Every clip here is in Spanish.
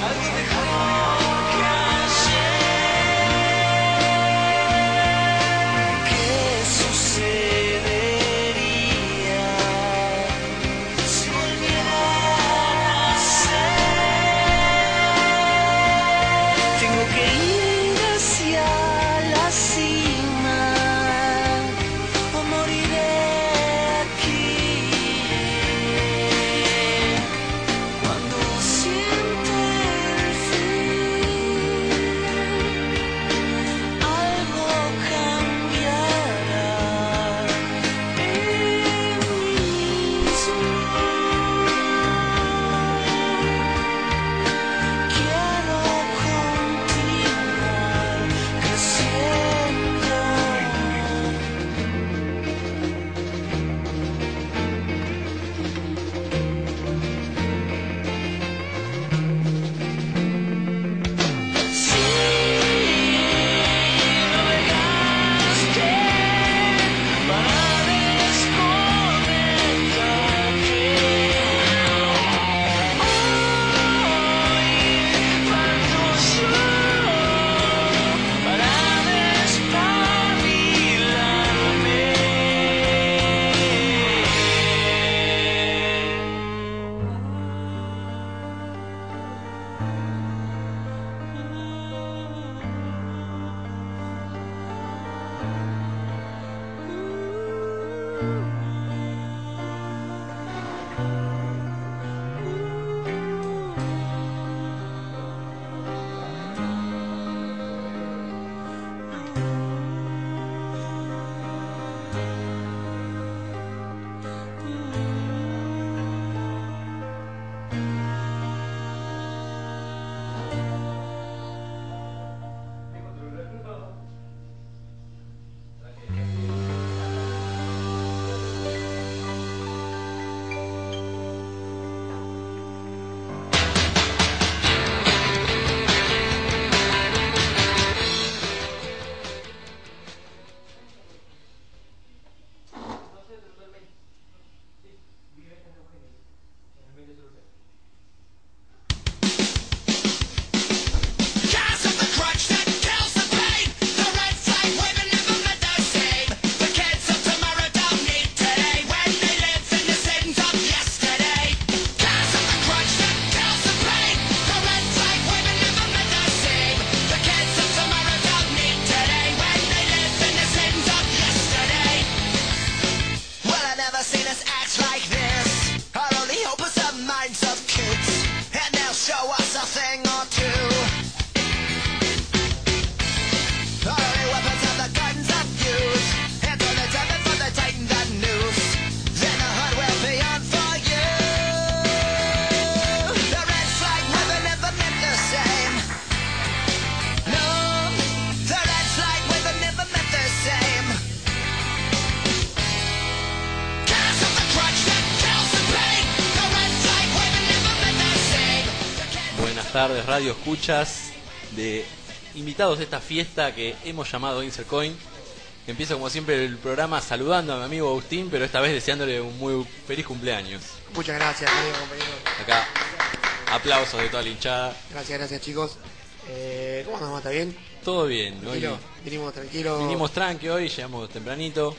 Tardes, radio escuchas de invitados de esta fiesta que hemos llamado Insert Coin. Empiezo como siempre el programa saludando a mi amigo Agustín, pero esta vez deseándole un muy feliz cumpleaños. Muchas gracias, amigo, compañero. Acá, aplausos de toda la hinchada. Gracias chicos. ¿Cómo andamos? ¿Está bien? Todo bien. Tranquilo. Vinimos tranquilos. Vinimos tranqui hoy, llegamos tempranito.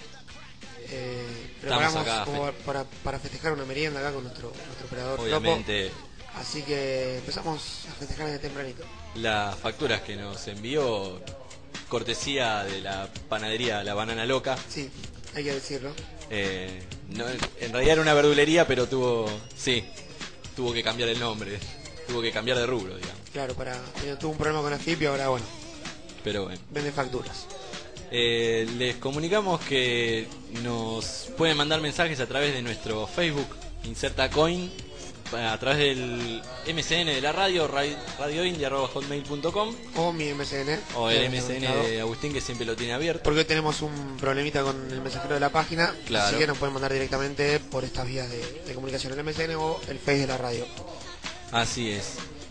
Preparamos acá como para festejar una merienda acá con nuestro operador. Obviamente. Flopo. Así que empezamos a festejar desde tempranito. Las facturas que nos envió, cortesía de la panadería La Banana Loca. Sí, hay que decirlo. No, en realidad era una verdulería, pero tuvo que cambiar el nombre. Tuvo que cambiar de rubro, digamos. Claro, tuvo un problema con la FIP y ahora, bueno. Pero bueno. Vende facturas. Les comunicamos que nos pueden mandar mensajes a través de nuestro Facebook, Inserta Coin, a través del MSN de la radio, radioindia@hotmail.com, o mi MSN, o el MSN de Agustín, que siempre lo tiene abierto, porque hoy tenemos un problemita con el mensajero de la página. Claro. Así que nos pueden mandar directamente por estas vías de comunicación, el MSN o el Face de la radio. Así es.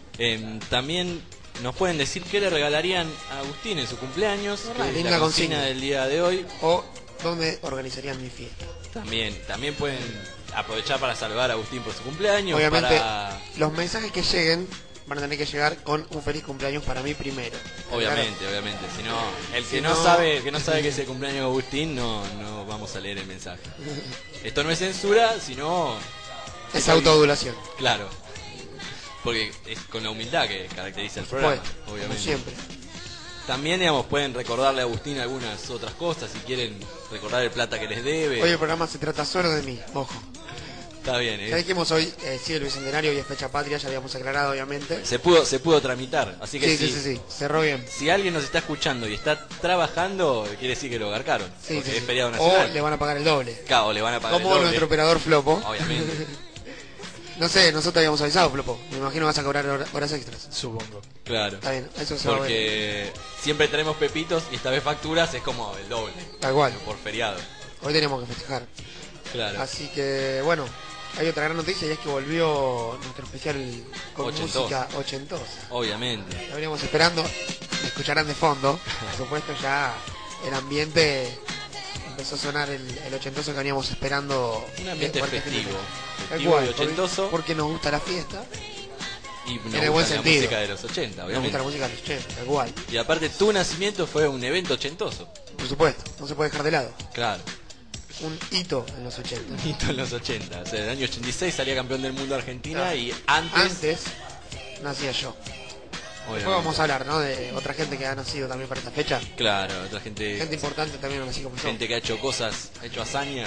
También nos pueden decir qué le regalarían a Agustín en su cumpleaños, la consigna del día de hoy, o dónde organizarían mi fiesta. También pueden aprovechar para saludar a Agustín por su cumpleaños. Obviamente, los mensajes que lleguen van a tener que llegar con un feliz cumpleaños para mí primero. Obviamente, claro. Obviamente. Si no, el que no sabe que es el cumpleaños de Agustín, no vamos a leer el mensaje. Esto no es censura, sino... es autoadulación. Claro. Porque es con la humildad que caracteriza el programa, obviamente. Como siempre. También, digamos, pueden recordarle a Agustín algunas otras cosas, si quieren recordar el plata que les debe. Hoy el programa se trata solo de mí, ojo. Está bien, Ya dijimos hoy, sí, el bicentenario y es fecha patria, ya habíamos aclarado, obviamente. Se pudo tramitar, así que sí, cerró bien. Si alguien nos está escuchando y está trabajando, quiere decir que lo garcaron, porque es feriado nacional. O le van a pagar el doble. Claro, le van a pagar como el doble. Nuestro operador Flopo. Obviamente. No sé, nosotros habíamos avisado, Flopo. Me imagino vas a cobrar horas extras. Supongo. Claro. Está bien, eso se va a ver. Porque siempre tenemos pepitos y esta vez facturas es como el doble. Tal cual. Por feriado. Hoy tenemos que festejar. Claro. Así que, bueno, hay otra gran noticia y es que volvió nuestro especial con música ochentosa. Obviamente. Lo veníamos esperando. Me escucharán de fondo. Por supuesto, ya el ambiente empezó a sonar el ochentoso que veníamos esperando. Un ambiente festivo y ochentoso. Porque nos gusta la fiesta. Y nos en el buen sentido. La música de los 80, obviamente. Nos gusta la música de los 80, tal cual. Y aparte, tu nacimiento fue un evento ochentoso. Por supuesto, no se puede dejar de lado. Claro. Un hito en los 80. Un hito en los 80. O sea, en el año 86 salía campeón del mundo Argentina, y antes nacía yo. Obviamente. Después vamos a hablar, ¿no? De otra gente que ha nacido también para esta fecha. Claro, otra gente. Gente importante también, así como yo. Gente que ha hecho cosas, ha hecho hazañas.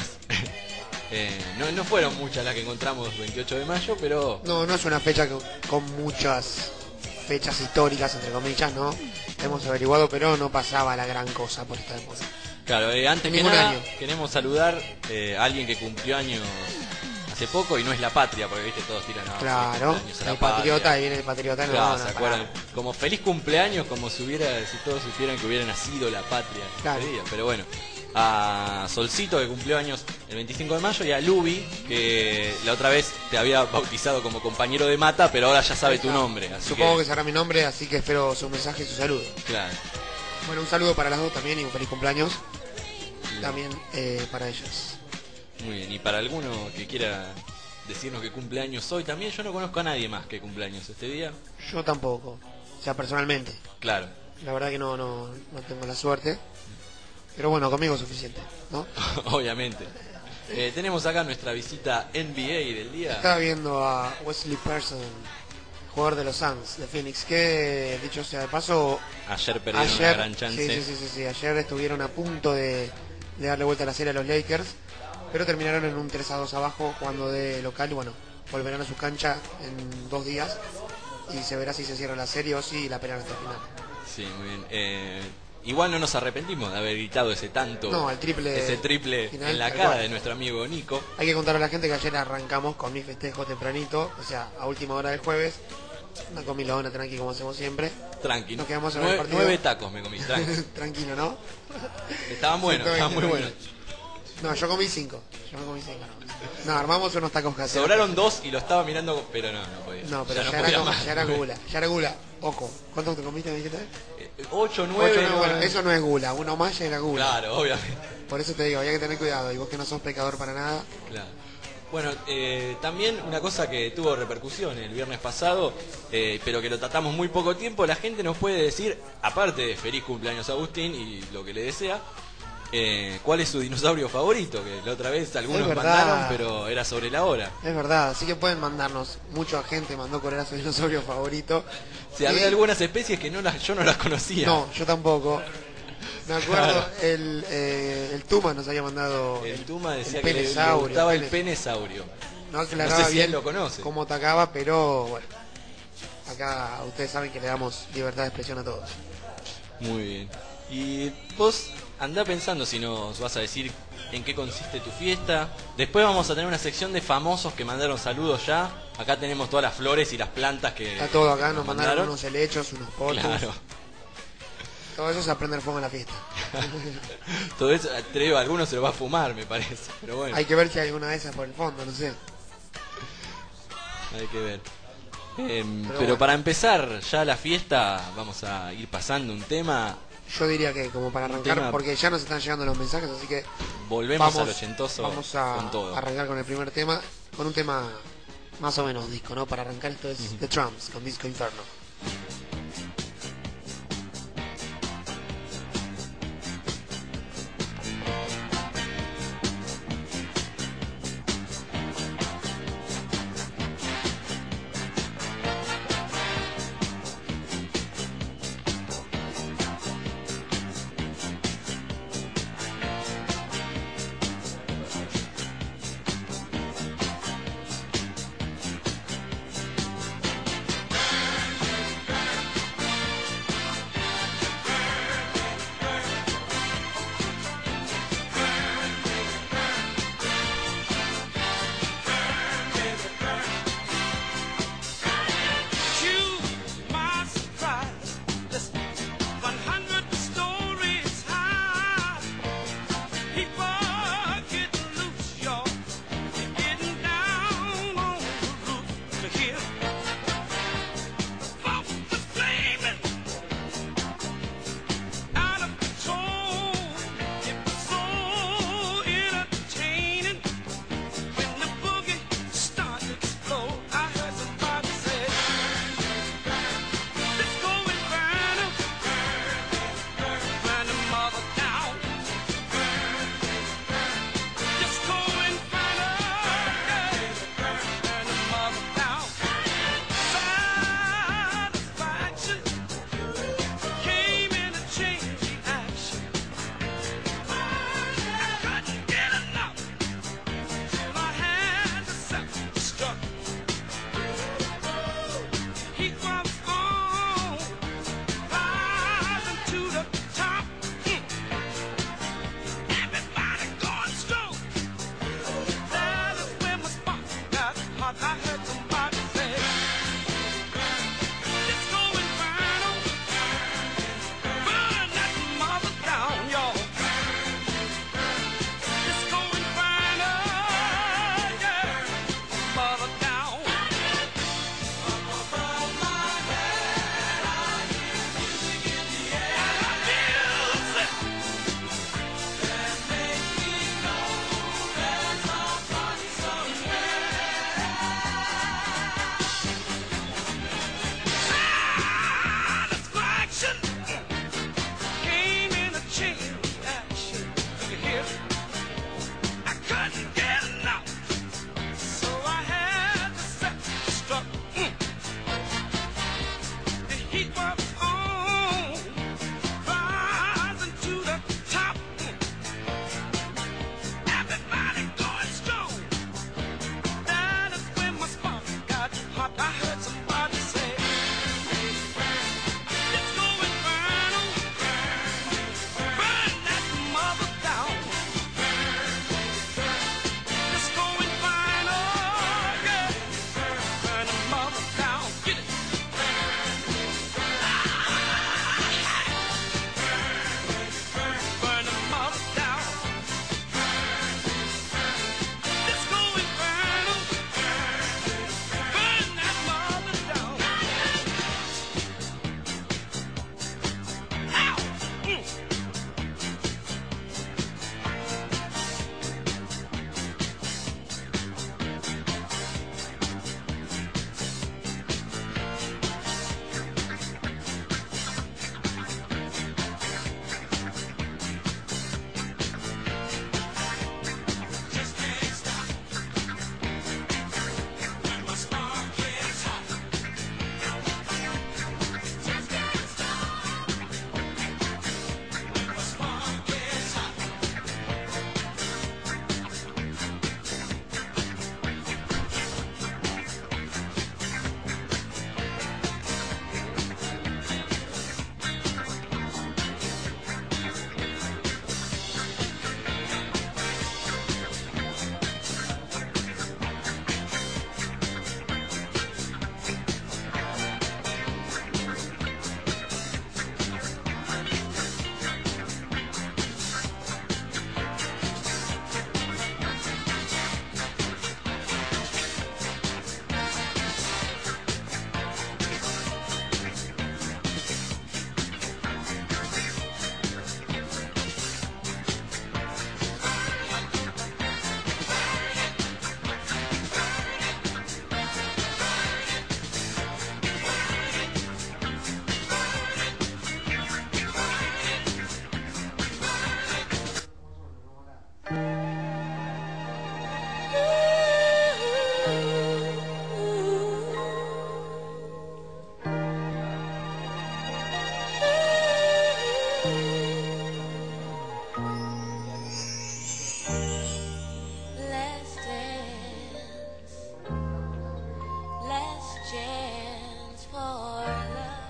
No fueron muchas las que encontramos 28 de mayo, pero... No es una fecha con muchas fechas históricas, entre comillas, ¿no? Hemos averiguado, pero no pasaba la gran cosa por esta época. Claro, antes que nada, queremos saludar a alguien que cumplió años hace poco y no es la patria, porque viste, todos tiran a... Claro, el patriota, ahí viene el patriota. Claro, ¿se acuerdan? Como feliz cumpleaños, como si todos supieran que hubiera nacido la patria. Claro. Día. Pero bueno, a Solcito, que cumplió años el 25 de mayo, y a Lubi, que la otra vez te había bautizado como compañero de mata, pero ahora ya sabe tu nombre. Así Supongo que sabrá mi nombre, así que espero su mensaje y su saludo. Claro. Bueno, un saludo para las dos también y un feliz cumpleaños también para ellas. Muy bien, y para alguno que quiera decirnos que cumpleaños hoy también, yo no conozco a nadie más que cumpleaños este día. Yo tampoco, o sea, personalmente. Claro. La verdad que no tengo la suerte, pero bueno, conmigo es suficiente, ¿no? Obviamente. Tenemos acá nuestra visita NBA del día. Estaba viendo a Wesley Person, jugador de los Suns de Phoenix, que dicho sea de paso, ayer perdieron una gran chance. Sí, ayer estuvieron a punto de darle vuelta a la serie a los Lakers, pero terminaron en un 3-2 abajo jugando de local. Bueno, volverán a su cancha en 2 días y se verá si se cierra la serie o si la pelean hasta el final. Sí, muy bien. Igual no nos arrepentimos de haber gritado ese triple final, en la cara de nuestro amigo Nico. Hay que contarle a la gente que ayer arrancamos con mi festejo tempranito, o sea, a última hora del jueves. Una comilona tranqui como hacemos siempre. Tranqui. Nos quedamos en el partido. 9 tacos me comí, tranqui. Tranquilo, ¿no? Estaban buenos, estaban muy buenos. No, yo comí 5. No, armamos unos tacos caseros. Sobraron 2 y lo estaba mirando, pero no podía. No, pero ya era gula. Ya era gula. Ojo, ¿cuántos te comiste, me dijiste? 8, 9. Bueno, eso no es gula. Uno más ya era gula. Claro, obviamente. Por eso te digo, había que tener cuidado. Y vos que no sos pecador para nada. Claro. Bueno, también una cosa que tuvo repercusión el viernes pasado, pero que lo tratamos muy poco tiempo, la gente nos puede decir, aparte de feliz cumpleaños a Agustín y lo que le desea, cuál es su dinosaurio favorito, que la otra vez algunos mandaron, pero era sobre la hora. Es verdad, así que pueden mandarnos. Mucha gente mandó cuál era su dinosaurio favorito. Sí, había algunas especies que yo no las conocía. No, yo tampoco. Me acuerdo, el Tuma nos había mandado. El Tuma decía que le gustaba el penesaurio. No aclaraba sé si bien él lo conoce. Cómo atacaba, pero bueno. Acá ustedes saben que le damos libertad de expresión a todos. Muy bien. Y vos andá pensando si nos vas a decir en qué consiste tu fiesta. Después vamos a tener una sección de famosos que mandaron saludos ya. Acá tenemos todas las flores y las plantas que... Está todo acá, nos mandaron unos helechos, unos potos. Claro. Todo eso se aprende fuego en la fiesta. Todo eso, alguno se lo va a fumar, me parece. Pero bueno. Hay que ver si hay alguna de esas por el fondo, no sé. Hay que ver. Pero para empezar ya la fiesta, vamos a ir pasando un tema. Yo diría que como para arrancar, porque ya nos están llegando los mensajes, así que volvemos al ochentoso. Vamos a con todo. arrancar con el primer tema, con un tema más o menos disco, ¿no? Para arrancar esto es The Trumps con Disco Inferno.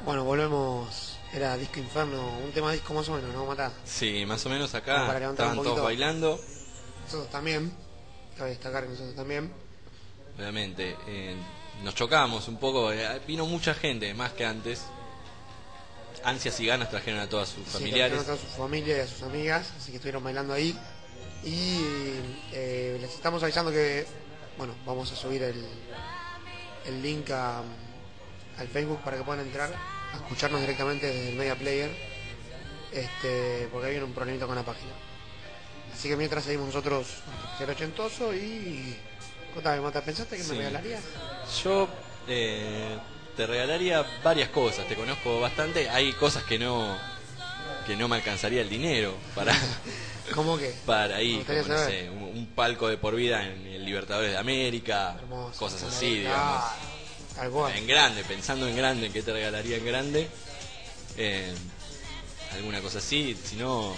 Bueno, volvemos. Era Disco Inferno, un tema disco más o menos, ¿no, Mata? Sí, más o menos Como acá para levantar un estaban todos poquito. bailando. Nosotros también. Cabe destacar que nosotros también. Obviamente, nos chocamos un poco. Vino mucha gente, más que antes. Ansias y ganas trajeron a todas sus Sí, familiares. trajeron a toda su familia y a sus amigas, así que estuvieron bailando ahí. Y les estamos avisando que, bueno, vamos a subir el link al Facebook para que puedan entrar a escucharnos directamente desde el Media Player, porque hay un problemita con la página. Así que mientras seguimos nosotros ser ochentoso y... Contame, Mata, ¿pensaste que me Sí. regalarías? Yo te regalaría varias cosas, te conozco bastante. Hay cosas que no me alcanzaría el dinero para ¿Cómo que? para Me ir, gustaría como no saber. sé, un palco de por vida en el Libertadores de América, Hermoso. cosas así, digamos. Tal cual. En grande, pensando en grande, en qué te regalaría en grande. Alguna cosa así, si no,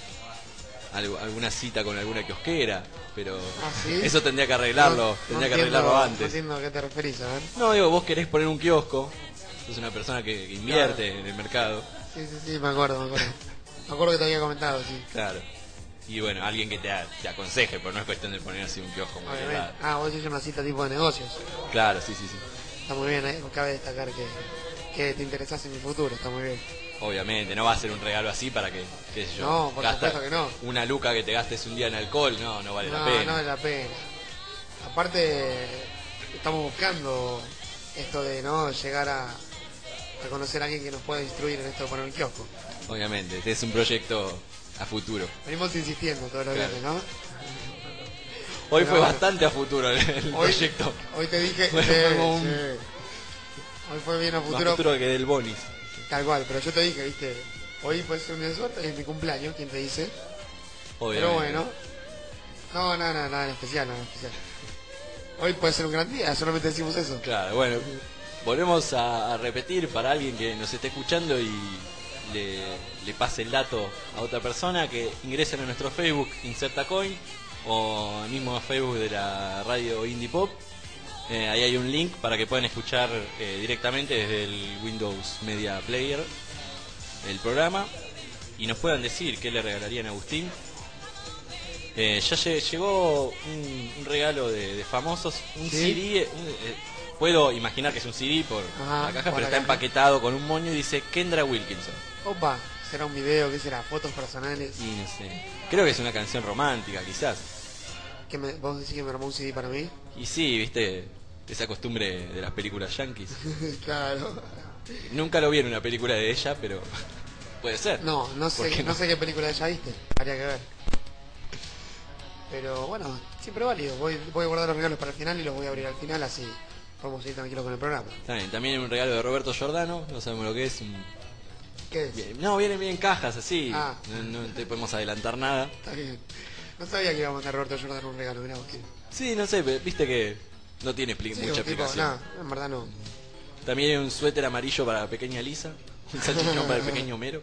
alguna cita con alguna kiosquera, pero ¿Ah, sí? eso tendría que arreglarlo, tendría que arreglarlo No antes. entiendo a qué te referís, a ver. No, digo, vos querés poner un kiosco, sos una persona que invierte en el mercado, Sí, me acuerdo. Me acuerdo que te había comentado, sí. claro. Y bueno, alguien que te aconseje, pero no es cuestión de poner así un kiosco en cualquier Obviamente. lado. Vos decís una cita tipo de negocios. Claro, sí. Está muy bien, cabe destacar que te interesás en mi futuro, está muy bien. Obviamente, no va a ser un regalo así para que, qué sé yo, No, por gasta supuesto que no. una luca que te gastes un día en alcohol, no vale la No, pena. no vale la pena. Aparte, estamos buscando esto de no llegar a conocer a alguien que nos pueda instruir en esto de poner un kiosco. Obviamente, este es un proyecto a futuro. Venimos insistiendo todos los Claro. viernes, ¿no? Hoy Pero fue bueno. bastante a futuro el Hoy, proyecto. hoy te dije, Fue como un- sí. Hoy fue bien a Más futuro, futuro que del bonis. tal cual, pero yo te dije, viste, hoy puede ser un día de suerte, es mi cumpleaños, ¿quién te dice? Obviamente. Pero bueno, no, nada en especial. Hoy puede ser un gran día, solamente decimos eso. Claro, bueno, volvemos a repetir para alguien que nos esté escuchando y le pase el dato a otra persona, que ingresen a nuestro Facebook Insertacoin o al mismo Facebook de la radio Indie Pop. Ahí hay un link para que puedan escuchar directamente desde el Windows Media Player el programa y nos puedan decir qué le regalarían a Agustín. Ya llegó un regalo de famosos, un ¿Sí? CD. Puedo imaginar que es un CD por Ajá, la caja, por pero la está caja. empaquetado con un moño y dice Kendra Wilkinson. Opa, será un video, ¿qué será? Fotos personales. Y no sé, creo que es una canción romántica, quizás. ¿Vos decís que me armó un CD para mí? Y sí, viste, esa costumbre de las películas yankees. Claro. Nunca lo vi en una película de ella, pero puede ser. No ¿Por qué sé, no sé qué película ya viste, habría que ver. Pero bueno, siempre válido. Voy a guardar los regalos para el final y los voy a abrir al final, así podemos ir tranquilos con el programa. Está bien, también un regalo de Roberto Giordano, no sabemos lo que es. ¿Qué es? No, vienen bien cajas así, Ah. no te podemos adelantar nada. Está bien. No sabía que íbamos a Roberto Jordan un regalo, mirá vos. Sí, no sé, viste que no tiene Sí, mucha un tipo, explicación. nada, en verdad no. También hay un suéter amarillo para la pequeña Lisa, un salchichón para el pequeño Homero.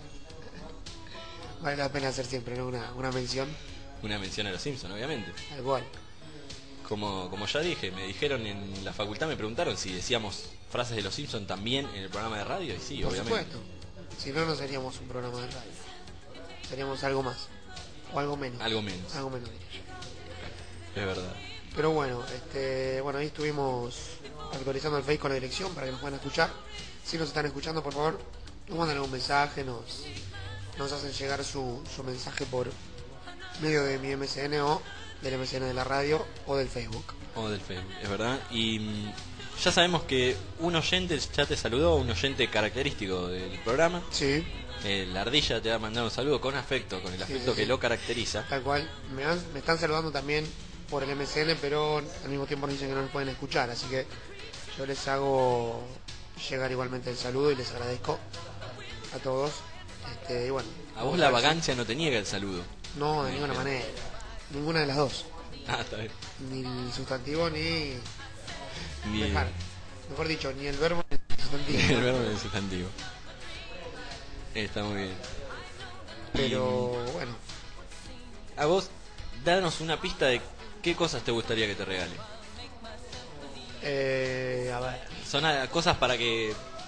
Vale la pena hacer siempre, ¿no? Una mención, Una mención a los Simpsons, obviamente. al cual. Como ya dije, me dijeron en la facultad, me preguntaron si decíamos frases de los Simpsons también en el programa de radio, y sí, Por obviamente. supuesto. Si no, no seríamos un programa de radio. Seríamos algo más. O algo menos. Algo menos, Algo menos, diría yo. es verdad. Pero bueno, bueno, ahí estuvimos actualizando el Face con la dirección para que nos puedan escuchar. Si nos están escuchando, por favor, nos mandan algún mensaje, nos hacen llegar su mensaje por medio de mi MSN o del MSN de la radio o del Facebook. O del Facebook, es verdad. Y ya sabemos que un oyente ya te saludó, un oyente característico del programa. Sí, La ardilla te va a mandar un saludo con afecto, con el afecto sí, que sí. lo caracteriza. tal cual. Me están saludando también por el MSN, pero al mismo tiempo nos dicen que no nos pueden escuchar, así que yo les hago llegar igualmente el saludo y les agradezco a todos. Y bueno, A vos la vagancia no te niega el saludo. No, de ninguna manera. Ninguna de las dos. Ah, está bien. Ni el sustantivo ni... Ni dejar. Mejor dicho, ni el verbo ni el sustantivo. el verbo ni el sustantivo. Está muy bien. Pero bueno, A vos, danos una pista de qué cosas te gustaría que te regalen. a ver. Son cosas para que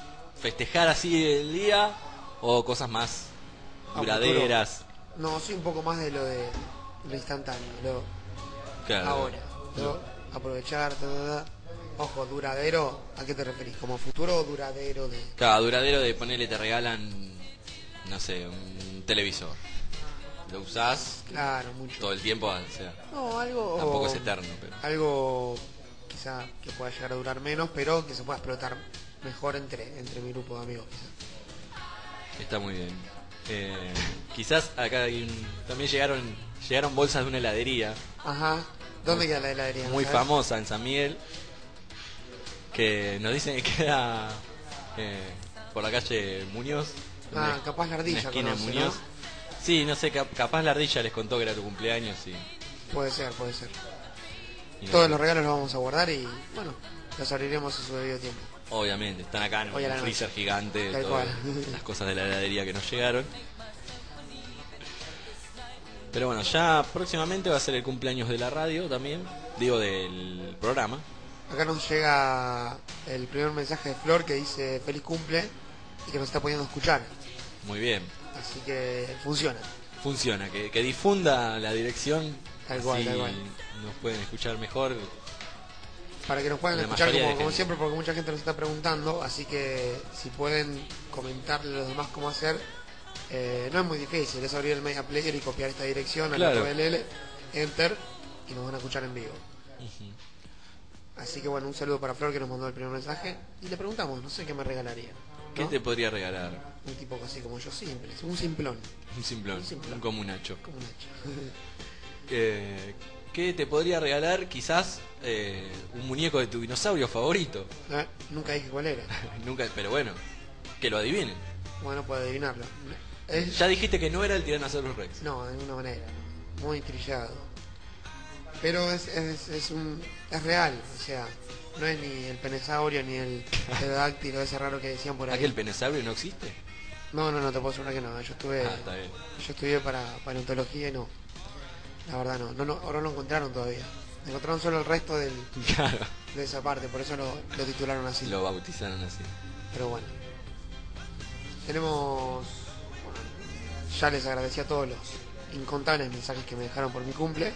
festejar así el día o cosas más duraderas? No, sí, un poco más de lo instantáneo, Claro. ahora, aprovechar, Ojo, duradero, ¿a qué te referís? ¿Como futuro o duradero de...? Claro, duradero de ponerle, te regalan, no sé, un televisor. Lo usás Claro, mucho. todo el tiempo, o sea, No, algo... tampoco es eterno, pero... Algo quizá que pueda llegar a durar menos, pero que se pueda explotar mejor entre mi grupo de amigos, quizá. Está muy bien. Quizás acá también llegaron bolsas de una heladería Ajá. ¿Dónde queda la heladería? muy ¿Sabes? famosa en San Miguel, que nos dicen que queda por la calle Muñoz. Capaz la en ardilla la esquina de conoce, Muñoz. ¿no? Sí, no sé, capaz la ardilla les contó que era tu cumpleaños y Puede ser. no Todos sé. los regalos los vamos a guardar y, bueno, los abriremos en su debido tiempo. Obviamente, están acá en Hoy a la un freezer noche. gigante, Tal todas cual. las cosas de la heladería que nos llegaron. Pero bueno, ya próximamente va a ser el cumpleaños de la radio también, digo del programa. Acá nos llega el primer mensaje de Flor que dice feliz cumple y que nos está pudiendo escuchar. Muy bien, Así que funciona. funciona, que difunda la dirección, Tal cual, así tal cual. nos pueden escuchar mejor. Para que nos puedan La escuchar mayoría de como gente. siempre, porque mucha gente nos está preguntando, así que si pueden comentarle a los demás cómo hacer, no es muy difícil, es abrir el Media Player y copiar esta dirección a Claro. la URL, Enter, y nos van a escuchar en vivo. Ujú. Así que bueno, un saludo para Flor que nos mandó el primer mensaje, y le preguntamos, no sé qué me regalaría. ¿Qué ¿no? te podría regalar? Un tipo así como yo, simple, un simplón, Un simplón, Un simplón. un comunacho. como Nacho. ¿Qué te podría regalar? Quizás un muñeco de tu dinosaurio favorito. Nunca dije cuál era. Nunca, pero bueno, que lo adivinen. Bueno, puedo adivinarlo. Ya dijiste que no era el Tyrannosaurus Rex. No, de ninguna manera. Muy trillado. Pero es real. O sea, no es ni el penesaurio ni el pterodáctilo ese raro que decían por ahí. ¿Aquel penesaurio no existe? No, te puedo asegurar que no. Yo Está bien. estudié para paleontología y no. La verdad no, ahora no lo encontraron todavía. Encontraron solo el resto Claro. de esa parte, por eso lo titularon así. Lo bautizaron así. Pero bueno. Tenemos... bueno, ya les agradecí a todos los incontables mensajes que me dejaron por mi cumple.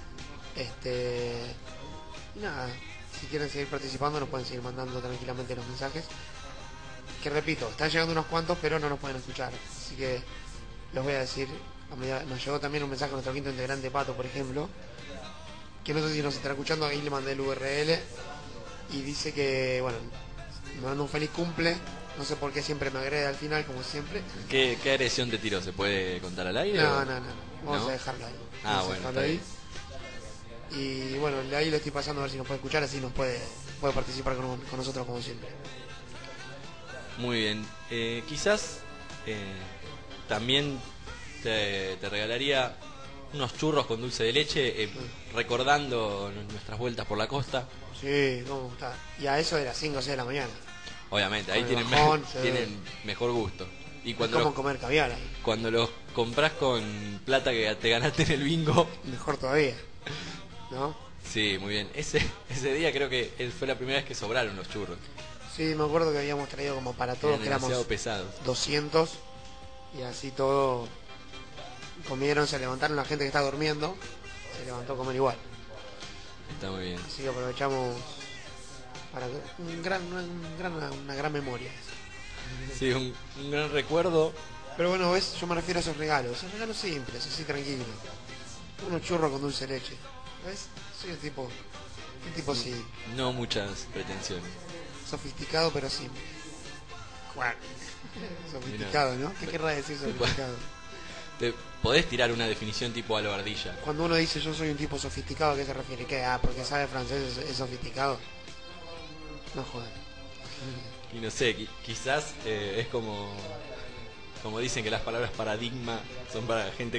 Y nada, si quieren seguir participando nos pueden seguir mandando tranquilamente los mensajes. Que repito, están llegando unos cuantos, pero no nos pueden escuchar. Así que les voy a decir, nos llegó también un mensaje a nuestro quinto integrante Pato, por ejemplo, que no sé si nos estará escuchando, ahí le mandé el URL y dice que, bueno, me manda un feliz cumple. No sé por qué siempre me agrede al final, como siempre. ¿Qué agresión te tiró? ¿Se puede contar al aire? No, o- vamos ¿No? a dejarlo ahí. Ah, Vamos a bueno, dejarlo está ahí. Y bueno, de ahí lo estoy pasando a ver si nos puede escuchar, así nos puede participar con nosotros como siempre. Muy bien. Quizás también te regalaría unos churros con dulce de leche, recordando nuestras vueltas por la costa. Sí, cómo está. Y a eso de las 5 o 6 de la mañana. Obviamente, ahí Con el tienen, bajón, sí. tienen mejor gusto. Y Es cuando como los, comer caviar ahí. cuando los compras con plata que te ganaste en el bingo. Mejor todavía. ¿No? Sí, muy bien. Ese día creo que fue la primera vez que sobraron los churros. Sí, me acuerdo que habíamos traído como para todos, Eran que éramos demasiado pesados. 200. Y así todo comieron, se levantaron, la gente que está durmiendo se levantó a comer igual. Está muy bien. Así que aprovechamos para una gran memoria. Sí, un gran recuerdo. Pero bueno, ves, yo me refiero a esos regalos simples, así tranquilos. Unos churros con dulce de leche. ¿Ves? Soy un tipo así, No muchas pretensiones. sofisticado pero simple. Cuac. Sofisticado, ¿no? ¿Qué querrá decir sofisticado? Te podés tirar una definición tipo Alo Ardilla. Cuando uno dice yo soy un tipo sofisticado, ¿a qué se refiere? ¿Qué? Porque sabe francés es sofisticado. No jodan. Y no sé, quizás es como dicen que las palabras paradigma son para gente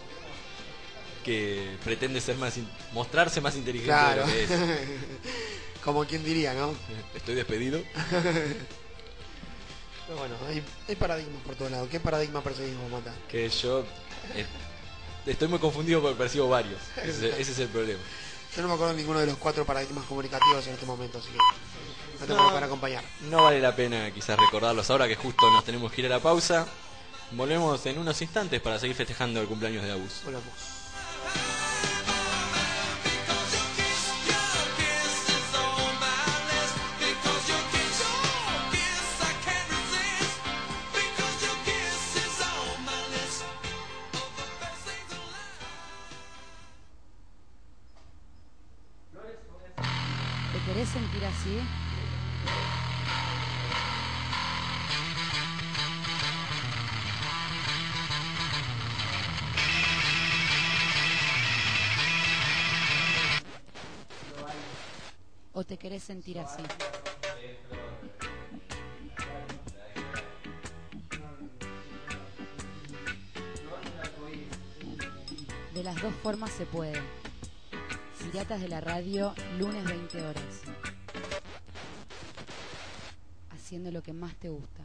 que pretende ser mostrarse más inteligente Claro. de lo que es. Como quien diría, ¿no? Estoy despedido. Pero bueno, hay paradigmas por todos lados. ¿Qué paradigma perseguimos, Mata? Que yo estoy muy confundido porque percibo varios. Ese es el problema. Yo no me acuerdo de ninguno de los 4 paradigmas comunicativos en este momento, así que no te puedo para acompañar. No vale la pena quizás recordarlos ahora que justo nos tenemos que ir a la pausa. Volvemos en unos instantes para seguir festejando el cumpleaños de Agus. Volvamos. ¿Te querés sentir así? ¿O te querés sentir así? De las dos formas se puede. Piratas de la Radio, lunes 20 horas. Haciendo lo que más te gusta.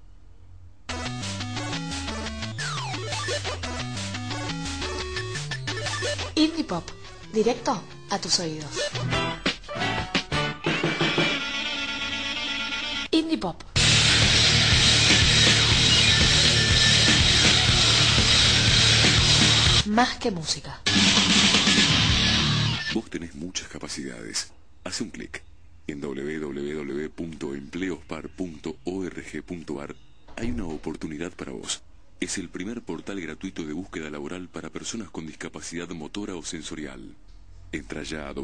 Indie Pop, directo a tus oídos. Indie Pop. Más que música. Vos tenés muchas capacidades. Haz un clic. En www.empleospar.org.ar hay una oportunidad para vos. Es el primer portal gratuito de búsqueda laboral para personas con discapacidad motora o sensorial. Entra ya a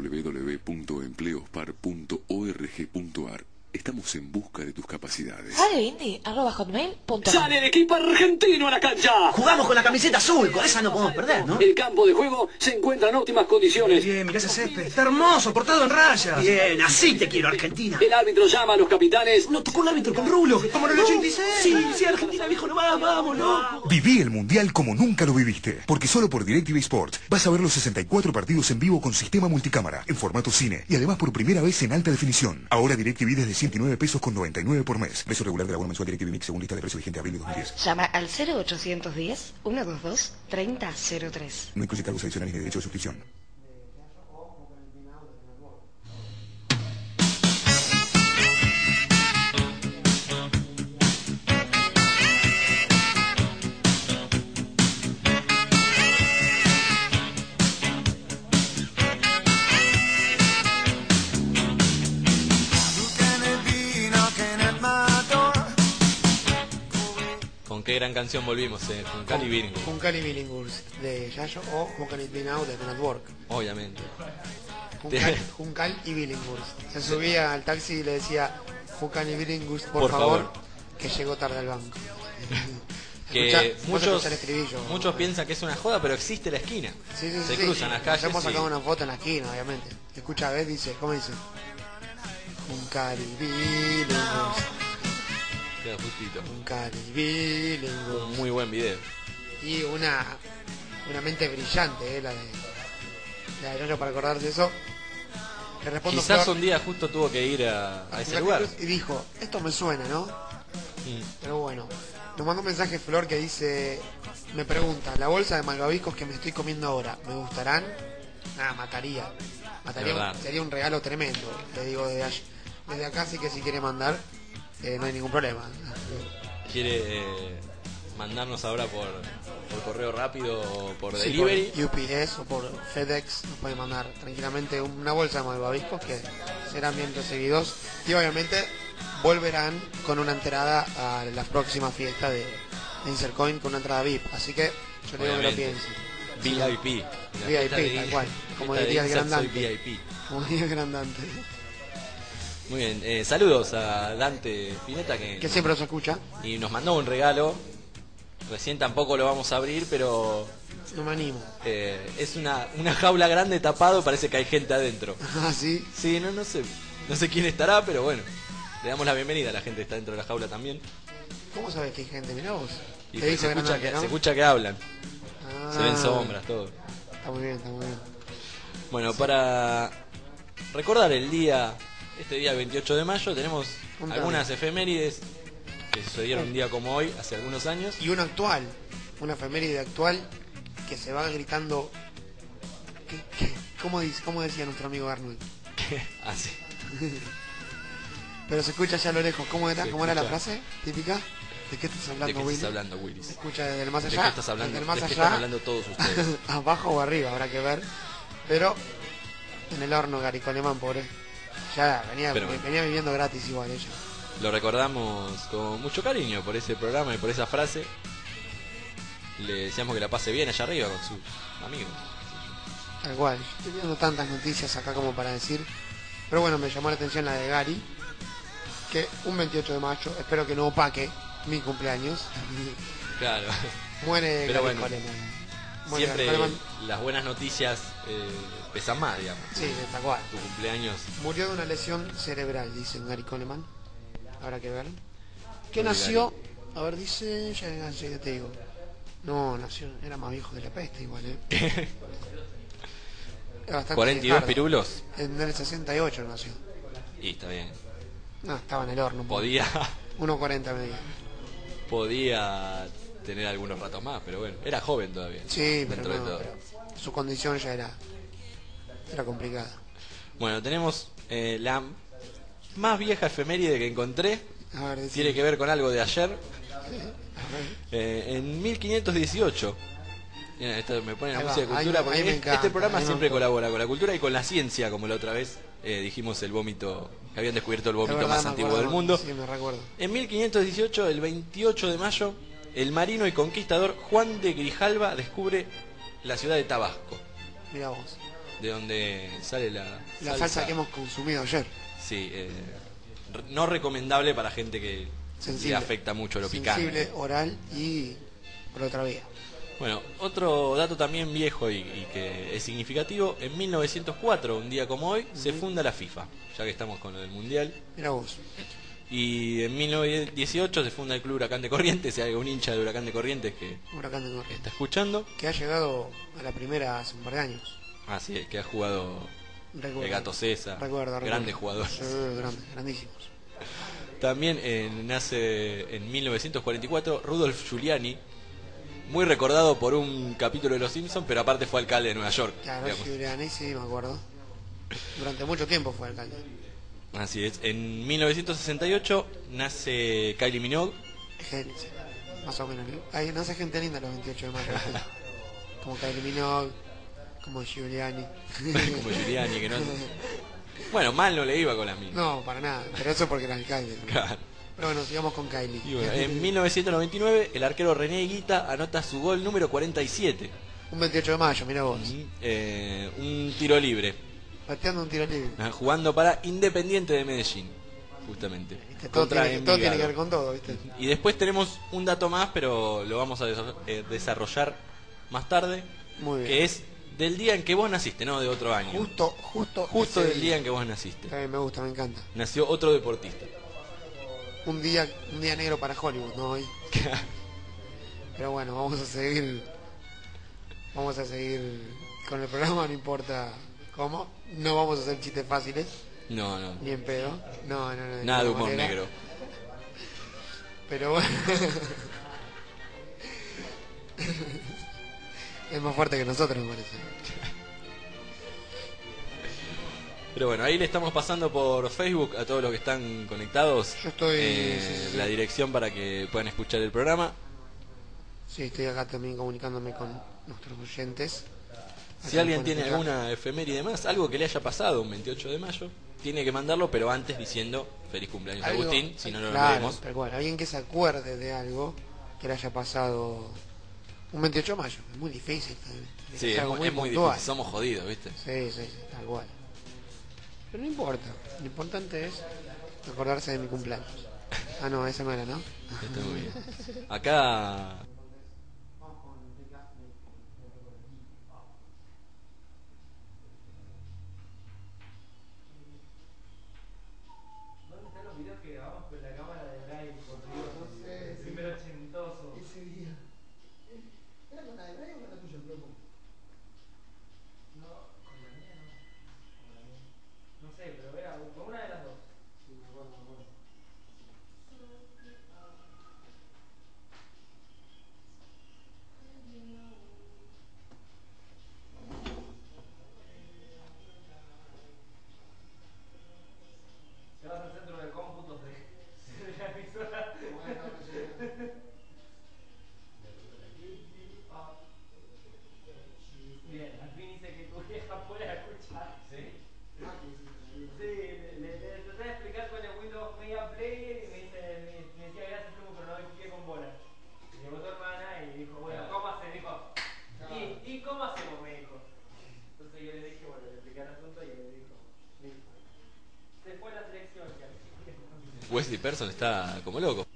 www.empleospar.org.ar. Estamos en busca de tus capacidades. radioindie@hotmail.com. ¡Sale el equipo argentino a la cancha! Jugamos con la camiseta azul, con esa no podemos perder, ¿no? El campo de juego se encuentra en óptimas condiciones. Bien, mirá ese césped, está hermoso, cortado en rayas. Bien, así te quiero, Argentina. El árbitro llama a los capitanes. No tocó el árbitro con Rulo, como en el 86. Sí, Argentina, viejo, nomás, vamos, loco. Viví el Mundial como nunca lo viviste, porque solo por DirecTV Sport vas a ver los 64 partidos en vivo con sistema multicámara, en formato cine, y además por primera vez en alta definición. Ahora DirecTV desde 109 pesos con 99 por mes. Precio regular de la bono mensual DirecTV Mix según lista de precio vigente de abril de 2010. Llama al 0810-122-3003. No incluye cargos adicionales ni derecho de suscripción. Con qué gran canción volvimos, Juncal y Billinghurst. Juncal y Billinghurst de Yayo o Who Can It Be Now de Men at Work. Obviamente. Juncal y Billinghurst. Se subía al taxi y le decía Juncal y Billinghurst, Por favor, que llegó tarde al banco. Que muchos el estribillo, piensan que es una joda, pero existe la esquina. Sí, Se cruzan las calles. Nos hemos y- sacado una foto en la esquina, obviamente. Escucha, ¿ves? Dice, ¿cómo dice? Juncal y Billinghurst. Queda justito. Juncal y Billinghurst. Un muy buen video. Y una mente brillante, la de Yayo para acordarse eso. Le respondo Quizás Flor, un día justo tuvo que ir a ese Juncal lugar. y dijo, esto me suena, ¿no? Mm. Pero bueno, nos mandó un mensaje Flor que dice, me pregunta, la bolsa de malvaviscos que me estoy comiendo ahora, ¿me gustarán? Nada, mataría, verdad. sería un regalo tremendo, le digo desde acá, así que si quiere mandar, no hay ningún problema. Quiere mandarnos ahora por correo rápido o por Sí, delivery. por UPS o por FedEx nos puede mandar tranquilamente una bolsa de malvaviscos que serán bien recibidos y obviamente volverán con una entrada a la próxima fiesta de Insercoin con una entrada VIP, así que yo le digo que lo Obviamente. piense. VIP. La VIP, fiesta de- tal cual, como fiesta de diría el Insert, soy grandante. VIP. Como diría el grandante, Muy bien, saludos a Dante Pineta que siempre nos escucha. y nos mandó un regalo. Recién tampoco lo vamos a abrir, pero No me animo. es una jaula grande tapado, parece que hay gente adentro. Ah, sí. Sí, no sé quién estará, pero bueno, le damos la bienvenida a la gente que está dentro de la jaula también. ¿Cómo sabes que hay gente? Mirá vos. Y Te dice se, escucha grandante, que, ¿no? se escucha que hablan, Ah, se ven sombras, todo. Está muy bien, está muy bien. Bueno, para recordar este día 28 de mayo, tenemos Un algunas efemérides que sucedieron un día como hoy, hace algunos años. Y una actual, una efeméride actual que se va gritando. ¿Cómo decía nuestro amigo Arnold? Así. Pero se escucha ya a lo lejos. ¿Cómo era? Se ¿Cómo era la escucha. frase típica? ¿De qué estás hablando, ¿De qué Willy? estás hablando, Willy? Se escucha desde el más allá. ¿De qué estás hablando? Desde el más ¿De qué allá. están hablando todos ustedes? Abajo o arriba, habrá que ver. Pero en el horno, Gary Coleman, pobre. Ya venía, Pero bueno. venía viviendo gratis igual ella. Lo recordamos con mucho cariño por ese programa y por esa frase. Le deseamos que la pase bien allá arriba con sus amigos. Tal cual. Estoy viendo tantas noticias acá como para decir. Pero bueno, me llamó la atención la de Gary. Que un 28 de mayo, espero que no opaque mi cumpleaños. Claro. Muere Pero Gary bueno, Coleman. Muere siempre Gary Coleman. las buenas noticias pesan más, digamos. Sí, tal cual. Tu cumpleaños. Murió de una lesión cerebral, dice Gary Coleman. Habrá que ver. Que Muy nació, a ver, dice, ya te digo. No, nació, era más viejo de la peste igual, Era bastante 42 tarde. pirulos. En el 68 nació. Y está bien. No, estaba en el horno. Podía 1.40 medía. podía tener algunos ratos más, pero bueno, era joven todavía. Sí, pero dentro de no, todo. pero su condición ya era complicada. Bueno, tenemos la más vieja efeméride que encontré. A ver, Tiene que ver con algo de ayer. En 1518. Mira, esto me pone la Ahí va, música de ahí cultura me- porque ahí me encanta, este programa ahí me siempre encanta. colabora con la cultura y con la ciencia, como la otra vez dijimos el vómito, que habían descubierto el Es vómito verdad, más me antiguo acuerdo, del mundo. Sí, me recuerdo. En 1518, el 28 de mayo, el marino y conquistador Juan de Grijalva descubre la ciudad de Tabasco, Mira vos. de donde sale la La salsa que hemos consumido ayer. Sí, no recomendable para gente que Sensible. le afecta mucho lo Sensible, picante. oral y por otra vía. Bueno, otro dato también viejo y que es significativo, en 1904, un día como hoy, se funda la FIFA, ya que estamos con lo del Mundial. Mira vos. Y en 1918 se funda el Club Huracán de Corrientes, si hay algún hincha de Huracán de Corrientes que Huracán de Norte. está escuchando. Que ha llegado a la primera hace un par de años. Así es, que ha jugado Recuerdo. el Gato César, Recuerdo. grandes jugadores. Sí, grandes, grandísimos. También nace en 1944 Rudolf Giuliani, muy recordado por un capítulo de Los Simpsons, pero aparte fue alcalde de Nueva York. Claro, digamos. Giuliani, sí, me acuerdo. Durante mucho tiempo fue alcalde. Así es. En 1968 nace Kylie Minogue. Sí, más o menos. Ahí nace gente linda los 28 de mayo. Como Kylie Minogue, como Giuliani. Como Giuliani, que no... Bueno, mal no le iba con las minas. No, para nada. Pero eso porque era alcalde. ¿no? Claro. Pero bueno, sigamos con Kylie. Y bueno, en 1999 el arquero René Higuita anota su gol número 47. Un 28 de mayo, mira vos. Un tiro libre. Pateando un tiro libre. Jugando para Independiente de Medellín, justamente. ¿Viste? Todo tiene que Envigado. ver con todo, ¿viste? Y después tenemos un dato más, pero lo vamos a desarrollar más tarde, Muy bien. que es del día en que vos naciste, no de otro año. Justo del ese día en que vos naciste. Está bien, me gusta, me encanta. Nació otro deportista. Un día negro para Hollywood, ¿no? Hoy. Pero bueno, vamos a seguir con el programa, no importa cómo. No vamos a hacer chistes fáciles, No, no. ni en pedo. No, de Nada de ninguna humor manera. negro. Pero bueno. Es más fuerte que nosotros, me parece. Pero bueno, ahí le estamos pasando por Facebook a todos los que están conectados. Yo estoy... sí. La dirección para que puedan escuchar el programa. Sí, estoy acá también comunicándome con nuestros oyentes. Si alguien tiene alguna efeméride más, algo que le haya pasado un 28 de mayo, tiene que mandarlo, pero antes diciendo feliz cumpleaños Algo- Agustín, si no, no lo claro, leemos. tal cual. Alguien que se acuerde de algo que le haya pasado un 28 de mayo. Es muy difícil. Sí, es algo muy puntual. difícil, somos jodidos, ¿viste? Sí, tal cual. Pero no importa. Lo importante es acordarse de mi cumpleaños. Ah, no, esa no era, ¿no? Está muy bien. Acá... Wesley Person está como loco.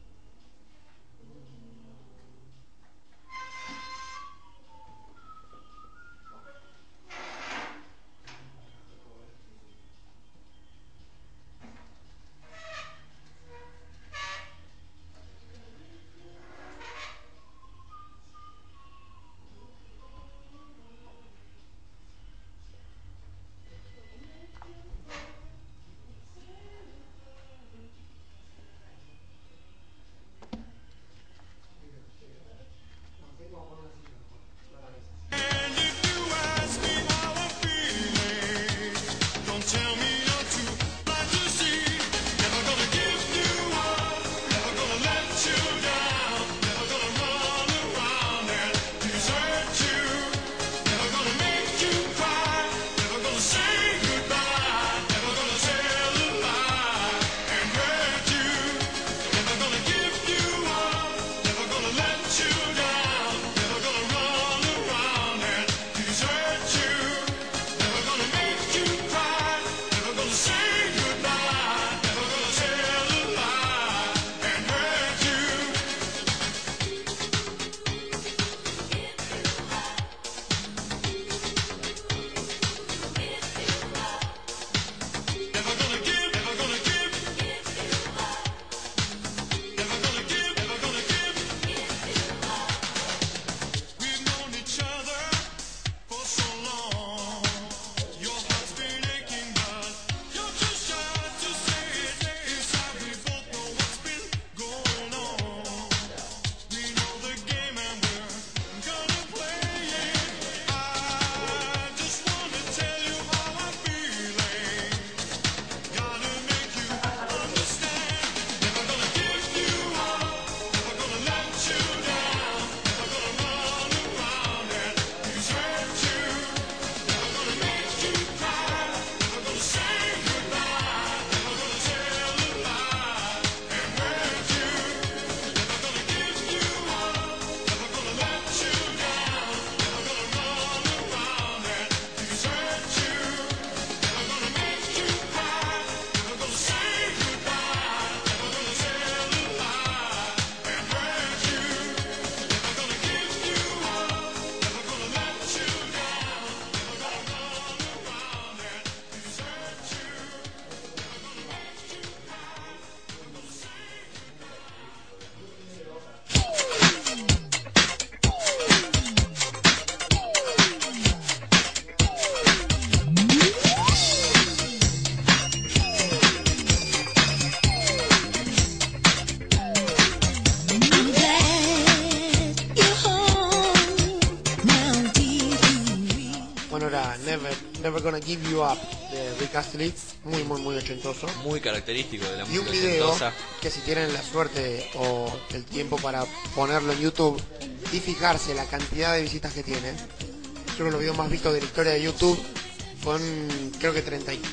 Never Gonna Give You Up de Rick Astley, muy ochentoso. Muy característico de la Y música un video ochentosa. que si tienen la suerte o el tiempo para ponerlo en YouTube y fijarse la cantidad de visitas que tiene, es uno de los videos más vistos de la historia de YouTube, con creo que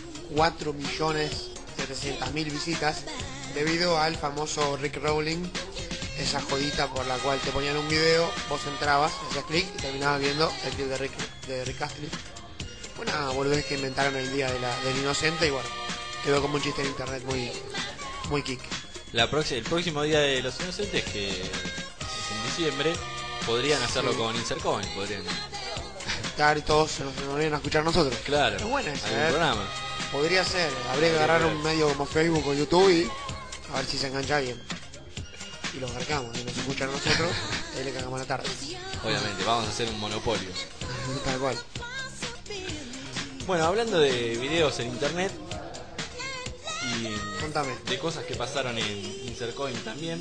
34.700.000 visitas, debido al famoso Rick Rolling, esa jodita por la cual te ponían un video, vos entrabas, hacías clic y terminabas viendo el clip de Rick Astley. Una boludez que inventaron el día del inocente y bueno, quedó como un chiste en internet muy kick. El próximo día de los inocentes, que es en diciembre, podrían hacerlo con Insert Coin, podrían. Claro, y todos se nos volvieron a escuchar nosotros. Claro, es buena esa, algún programa. Podría ser, habría que agarrar un medio como Facebook o YouTube y a ver si se engancha bien. Y los marcamos, y nos escuchan a nosotros, ahí le cagamos la tarde. Obviamente, vamos a hacer un monopolio. Tal cual. Bueno, hablando de videos en internet y Contame. de cosas que pasaron en Insert Coin también,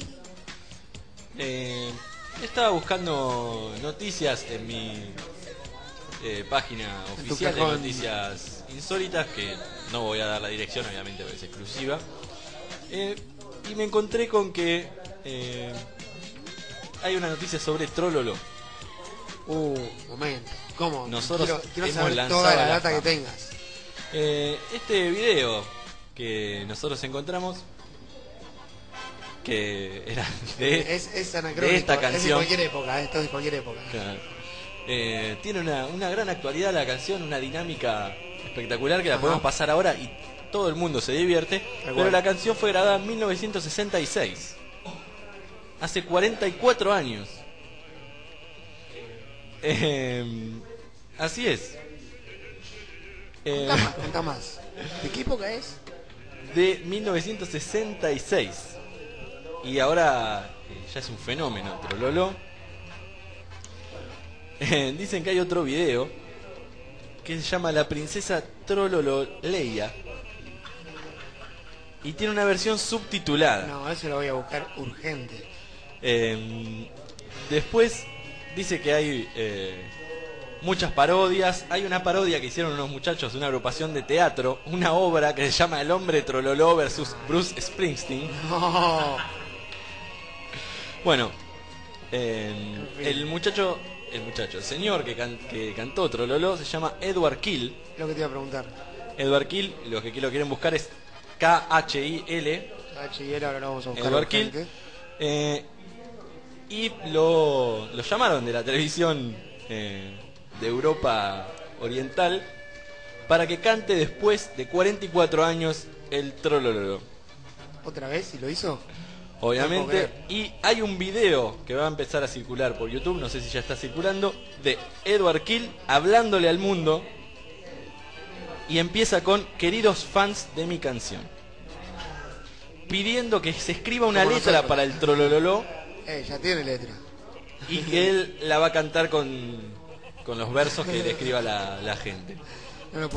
estaba buscando noticias en mi página oficial de noticias insólitas, que no voy a dar la dirección obviamente porque es exclusiva, y me encontré con que hay una noticia sobre Trololo. Momento. ¿Cómo? Nosotros quiero hemos saber lanzado toda la la data que fama. tengas. Este video que nosotros encontramos, que era es anacrónico, de esta canción, es de cualquier época, esto es de cualquier época. Claro. Tiene una gran actualidad la canción, una dinámica espectacular que la podemos pasar ahora, y todo el mundo se divierte, pero la canción fue grabada en 1966. Hace 44 años. Así es. Contá más. ¿De qué época es? De 1966. Y ahora ya es un fenómeno, Trololo. Dicen que hay otro video que se llama La princesa Trolololeia y tiene una versión subtitulada. No, eso lo voy a buscar urgente. Después dice que hay muchas parodias. Hay una parodia que hicieron unos muchachos de una agrupación de teatro, una obra que se llama El hombre Trololó versus Bruce Springsteen. No. Bueno, el señor que cantó Trololó se llama Edward Kill. Lo que te iba a preguntar. Edward Kill, los que aquí lo quieren buscar es K-H-I-L. H-I-L, ahora lo vamos a buscar. Edward Kill. Y lo llamaron de la televisión de Europa Oriental para que cante después de 44 años el Trololó. ¿Otra vez? ¿Y lo hizo? Obviamente, y hay un video que va a empezar a circular por YouTube, no sé si ya está circulando, de Edward Kill hablándole al mundo y empieza con: queridos fans de mi canción, pidiendo que se escriba una letra para el Trololó. Ya tiene letra. Y que él la va a cantar con los versos que le escriba la gente. No,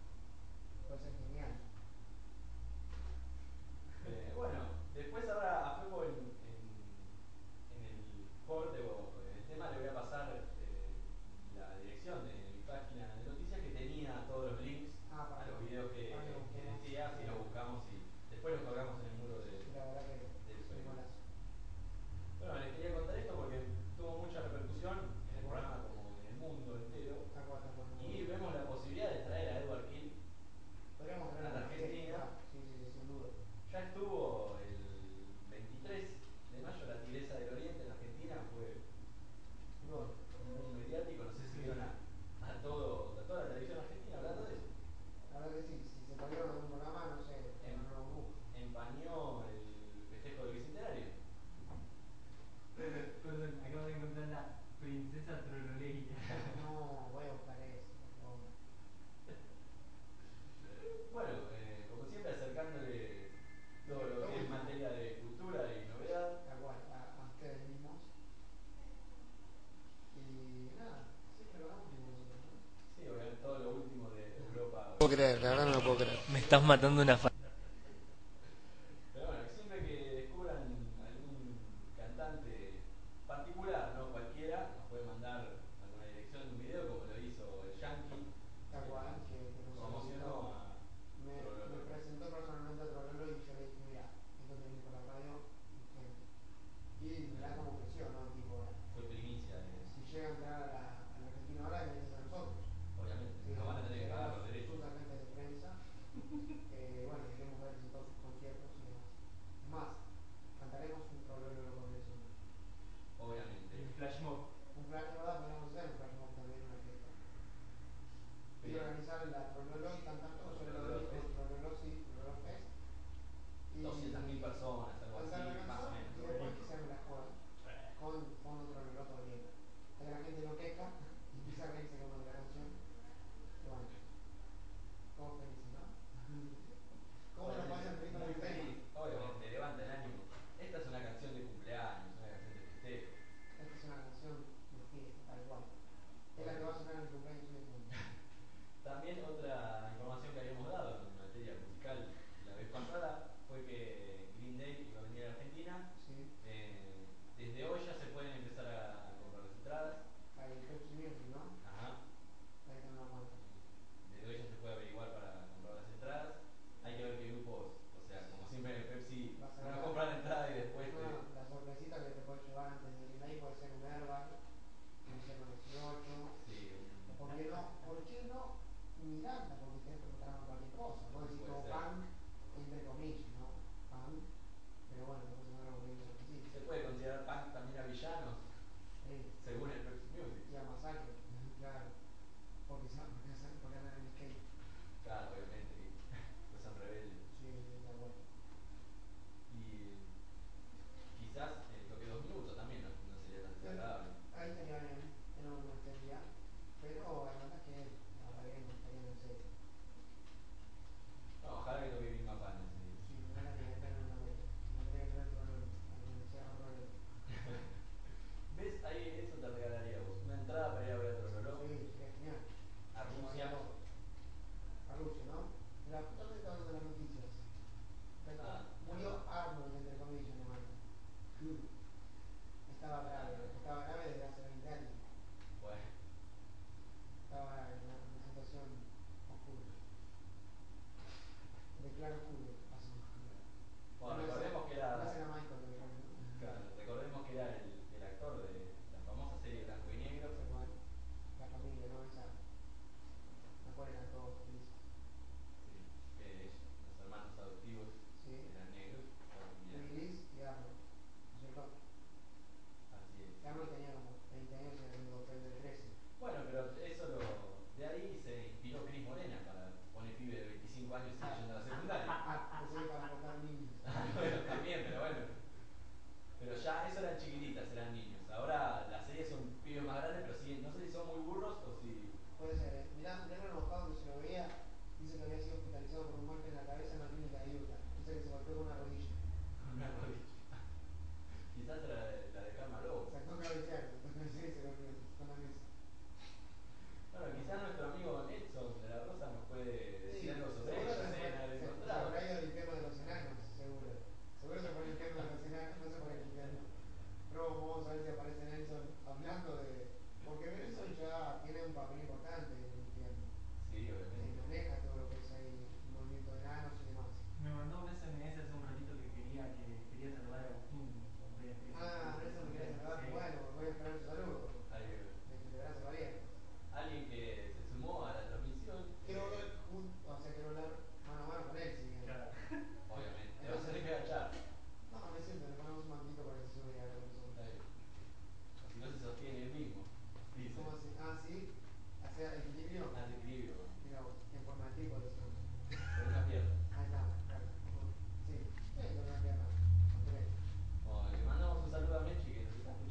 Bueno, después ahora a fuego en el corte o el tema le voy a pasar la dirección de mi página de noticias que tenía todos los links a los videos que decía, si los buscamos y después los colgamos en el muro del sueño. Bueno, les quería contar esto porque tuvo mucha repercusión en el programa como en el mundo entero. Y vemos la posibilidad de traer a Edward Kill a la Argentina. Ya estuvo el 23 de mayo la Tigresa del Oriente en Argentina, fue muy mediático, no sé si vieron a toda la televisión argentina hablando de eso. La verdad que sí, si se perdieron algún programa, no sé, empañó el festejo del bicentenario. Perdón, acabo de encontrar la princesa Trololeia. No, voy a buscar eso, por favor. Bueno, como siempre acercándole todo lo que es materia de cultura y novedad. Tal cual, a ustedes mismos. Y nada, siempre lo damos nosotros, ¿no? Sí, obviamente todo lo último de Europa. No puedo creer, la verdad no lo puedo creer. Me estás matando una Pero bueno, siempre que descubran algún cantante particular, no cualquiera, nos puede mandar alguna dirección de un video como lo hizo el Yankee. Tal cual, que promocionó a me presentó personalmente a Trololo y yo le dije, mira, esto tiene que ir por la radio urgente. Y mirá cómo creció, ¿no? Tipo, fue primicia de eso. si llega a entrar a la Argentina ahora, es gracias a nosotros. Obviamente, nos van a tener que pagar los derechos. Sus agentes de prensa, bueno,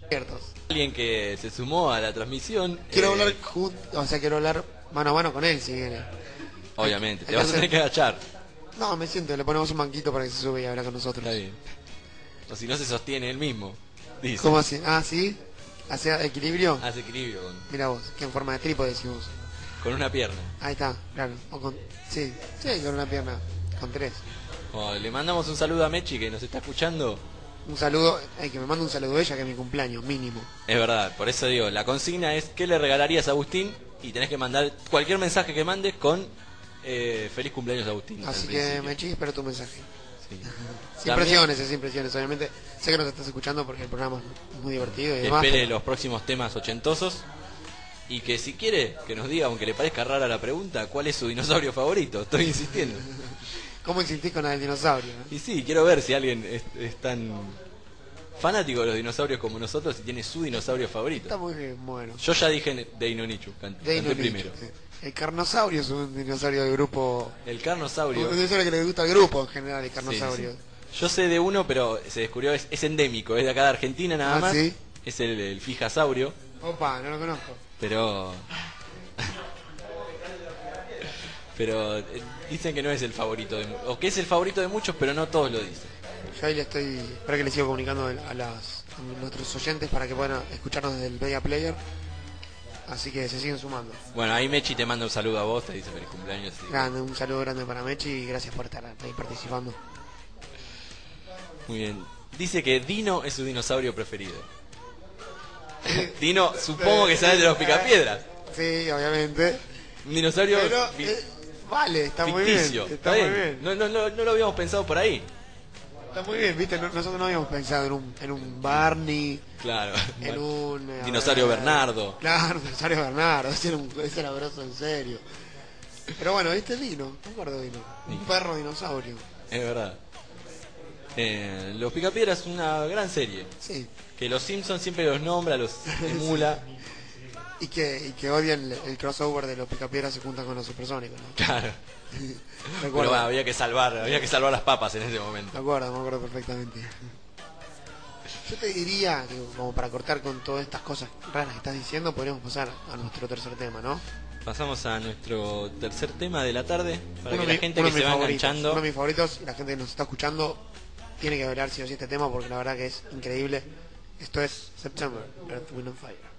Alguien que se sumó a la transmisión. Quiero hablar quiero hablar mano a mano con él si viene. Obviamente, te vas a tener que agachar. No, me siento, le ponemos un banquito para que se sube y habla con nosotros. Está bien. O si no se sostiene él mismo. Dice. ¿Cómo así? Ah, ¿sí? ¿Hace equilibrio? Hace equilibrio Mira vos, que en forma de trípode decís vos. con una pierna. Ahí está, claro. Sí, con una pierna. Con 3. Le mandamos un saludo a Mechi que nos está escuchando. Un saludo, que me mande un saludo ella, que es mi cumpleaños, mínimo. Es verdad, por eso digo, la consigna es ¿qué le regalarías a Agustín? Y tenés que mandar cualquier mensaje que mandes con feliz cumpleaños a Agustín. Así que Mechi, espero tu mensaje. Sí. Sin presiones, obviamente. Sé que nos estás escuchando porque el programa es muy divertido y que demás. espere los próximos temas ochentosos. Y que si quiere, que nos diga, aunque le parezca rara la pregunta, ¿cuál es su dinosaurio favorito? Estoy insistiendo. ¿Cómo insistís con el dinosaurio? Y sí, quiero ver si alguien es tan fanático de los dinosaurios como nosotros y tiene su dinosaurio favorito. Está muy bien, bueno. Yo ya dije Deinonichu, canté primero. El carnosaurio es un dinosaurio del grupo. El carnosaurio. Un dinosaurio que le gusta al grupo en general, el carnosaurio. Sí, sí. Yo sé de uno, pero se descubrió, es endémico, es de acá de Argentina nada más. ¿Sí? Es el fijasaurio. Opa, no lo conozco. Pero dicen que no es el favorito o que es el favorito de muchos, pero no todos lo dicen. Yo ahí le estoy, espero que le sigo comunicando a nuestros oyentes para que puedan escucharnos desde el Media Player. Así que se siguen sumando. Bueno, ahí Mechi te manda un saludo a vos, te dice feliz cumpleaños. Grande, un saludo grande para Mechi y gracias por estar ahí participando. Muy bien. Dice que Dino es su dinosaurio preferido. Dino, supongo que sabes de los Picapiedras. Sí, obviamente. Un dinosaurio pero, vale, está ficticio. muy bien. Está muy bien. No lo habíamos pensado por ahí. Está muy bien, viste, nosotros no habíamos pensado en un Barney. Claro. En un dinosaurio Bernardo. Claro, dinosaurio Bernardo, ese era grosso en serio. Pero bueno, viste Dino, me acuerdo Dino. Un perro dinosaurio. Es verdad. Los Picapiedras es una gran serie. Sí. Que los Simpsons siempre los nombra, los emula. Y que odian el crossover de los Picapiedras se juntan con los supersónicos, ¿no? Claro. Pero bueno, había que salvar las papas en ese momento. Me acuerdo perfectamente. Yo te diría que como para cortar con todas estas cosas raras que estás diciendo, podríamos pasar a nuestro tercer tema, ¿no? Pasamos a nuestro tercer tema de la tarde para uno que la gente que se va enganchando. Uno de mis favoritos, y la gente que nos está escuchando tiene que hablar sí o sí este tema porque la verdad que es increíble. Esto es September, Earth, Wind and Fire.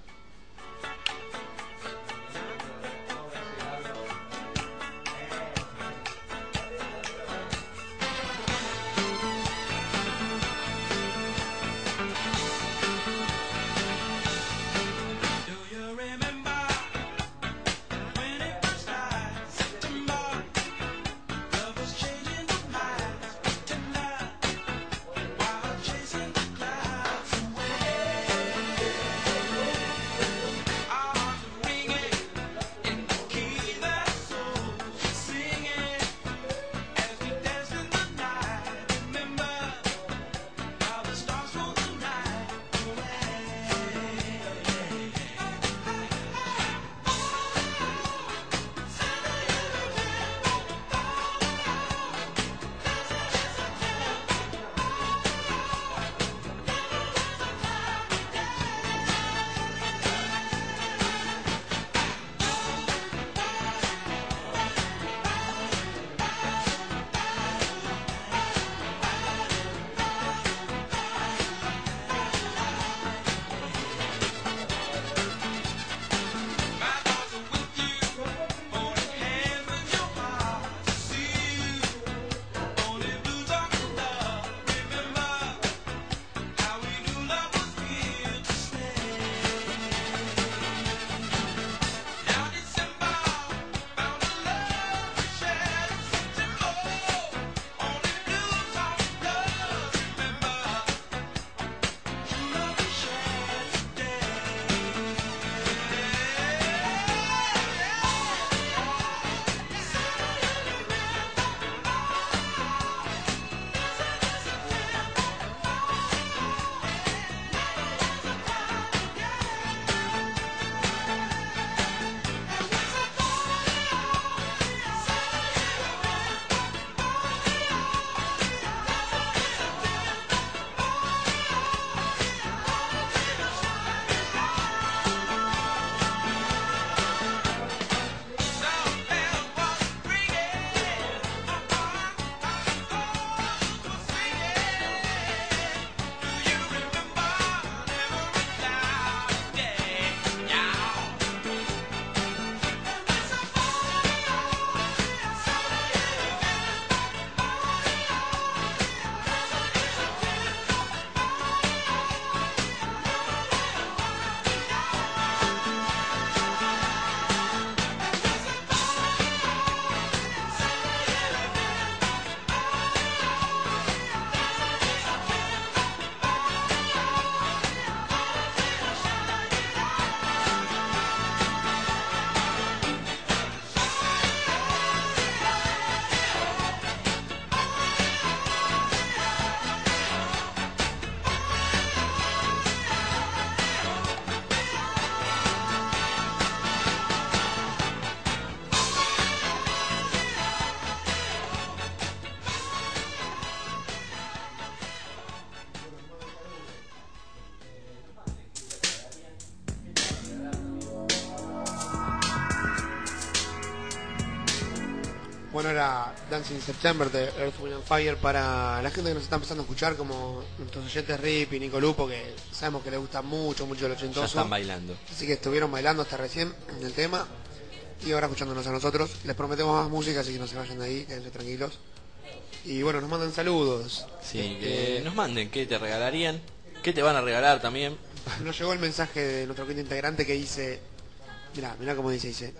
Bueno, era Dancing in September de Earth, Wind and Fire para la gente que nos está empezando a escuchar, como nuestros oyentes Rip y Nico Lupo, que sabemos que les gusta mucho el ochentoso. Ya están bailando. Así que estuvieron bailando hasta recién en el tema y ahora escuchándonos a nosotros. Les prometemos más música, así que no se vayan de ahí, quédense tranquilos. Y bueno, nos mandan saludos. Sí, que nos manden qué te regalarían, qué te van a regalar también. Nos llegó el mensaje de nuestro quinto integrante que dice, mirá cómo dice,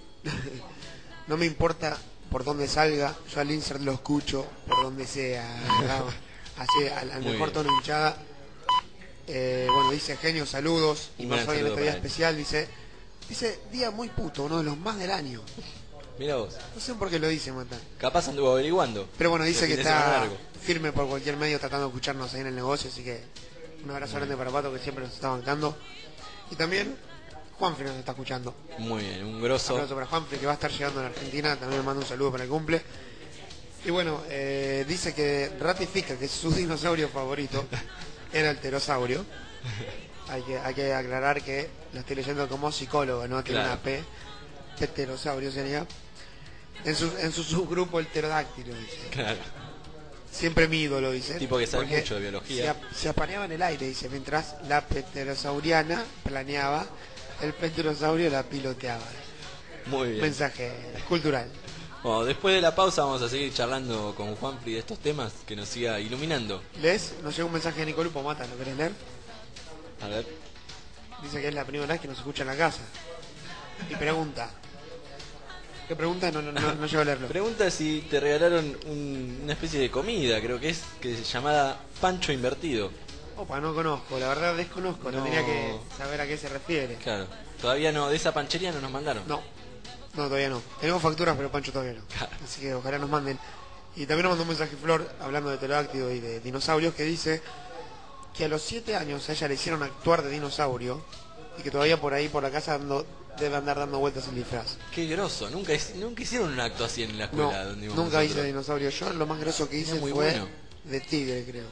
no me importa por donde salga, yo al insert lo escucho por donde sea, así al mejor tono hinchada. Bueno, dice genio, saludos, y más hoy en este día especial, dice día muy puto, uno de los más del año. Mira vos. No sé por qué lo dice, Mata. Capaz anduvo averiguando. Pero bueno, dice que está firme por cualquier medio tratando de escucharnos ahí en el negocio, así que un abrazo grande para Pato, que siempre nos está bancando. Y también Juanfri nos está escuchando. Muy bien, un grosso. Un abrazo para Juanfri, que va a estar llegando a la Argentina. También le mando un saludo para el cumple. Y bueno, dice que ratifica que su dinosaurio favorito era el pterosaurio. Hay que aclarar que lo estoy leyendo como psicólogo, no tiene una P. Pterosaurio sería. En su subgrupo el pterodáctilo, dice. Claro. Siempre mi ídolo, dice. Tipo que sabe mucho de biología. Se apareaba en el aire, dice, mientras la pterosauriana planeaba, el pterosaurio la piloteaba. Muy bien. Mensaje cultural. Bueno, después de la pausa vamos a seguir charlando con Juanfri de estos temas, que nos siga iluminando. Nos llega un mensaje de Nicolupo, Mata, ¿lo querés leer? A ver. Dice que es la primera vez que nos escucha en la casa. Y pregunta. ¿Qué pregunta? No llego a leerlo. Pregunta si te regalaron una especie de comida, creo que es llamada pancho invertido. Opa, no conozco, la verdad desconozco, no tendría que saber a qué se refiere. Claro, todavía no, de esa panchería no nos mandaron. No, todavía no. Tenemos facturas, pero pancho todavía no. Claro. Así que ojalá nos manden. Y también nos mandó un mensaje Flor, hablando de pterodáctilos y de dinosaurios, que dice que a los 7 años a ella le hicieron actuar de dinosaurio y que todavía por ahí, por la casa, debe andar dando vueltas el disfraz. Qué groso, nunca hicieron un acto así en la escuela. No, donde nunca hice de dinosaurio. Yo lo más groso que hice fue bueno. de tigre, creo.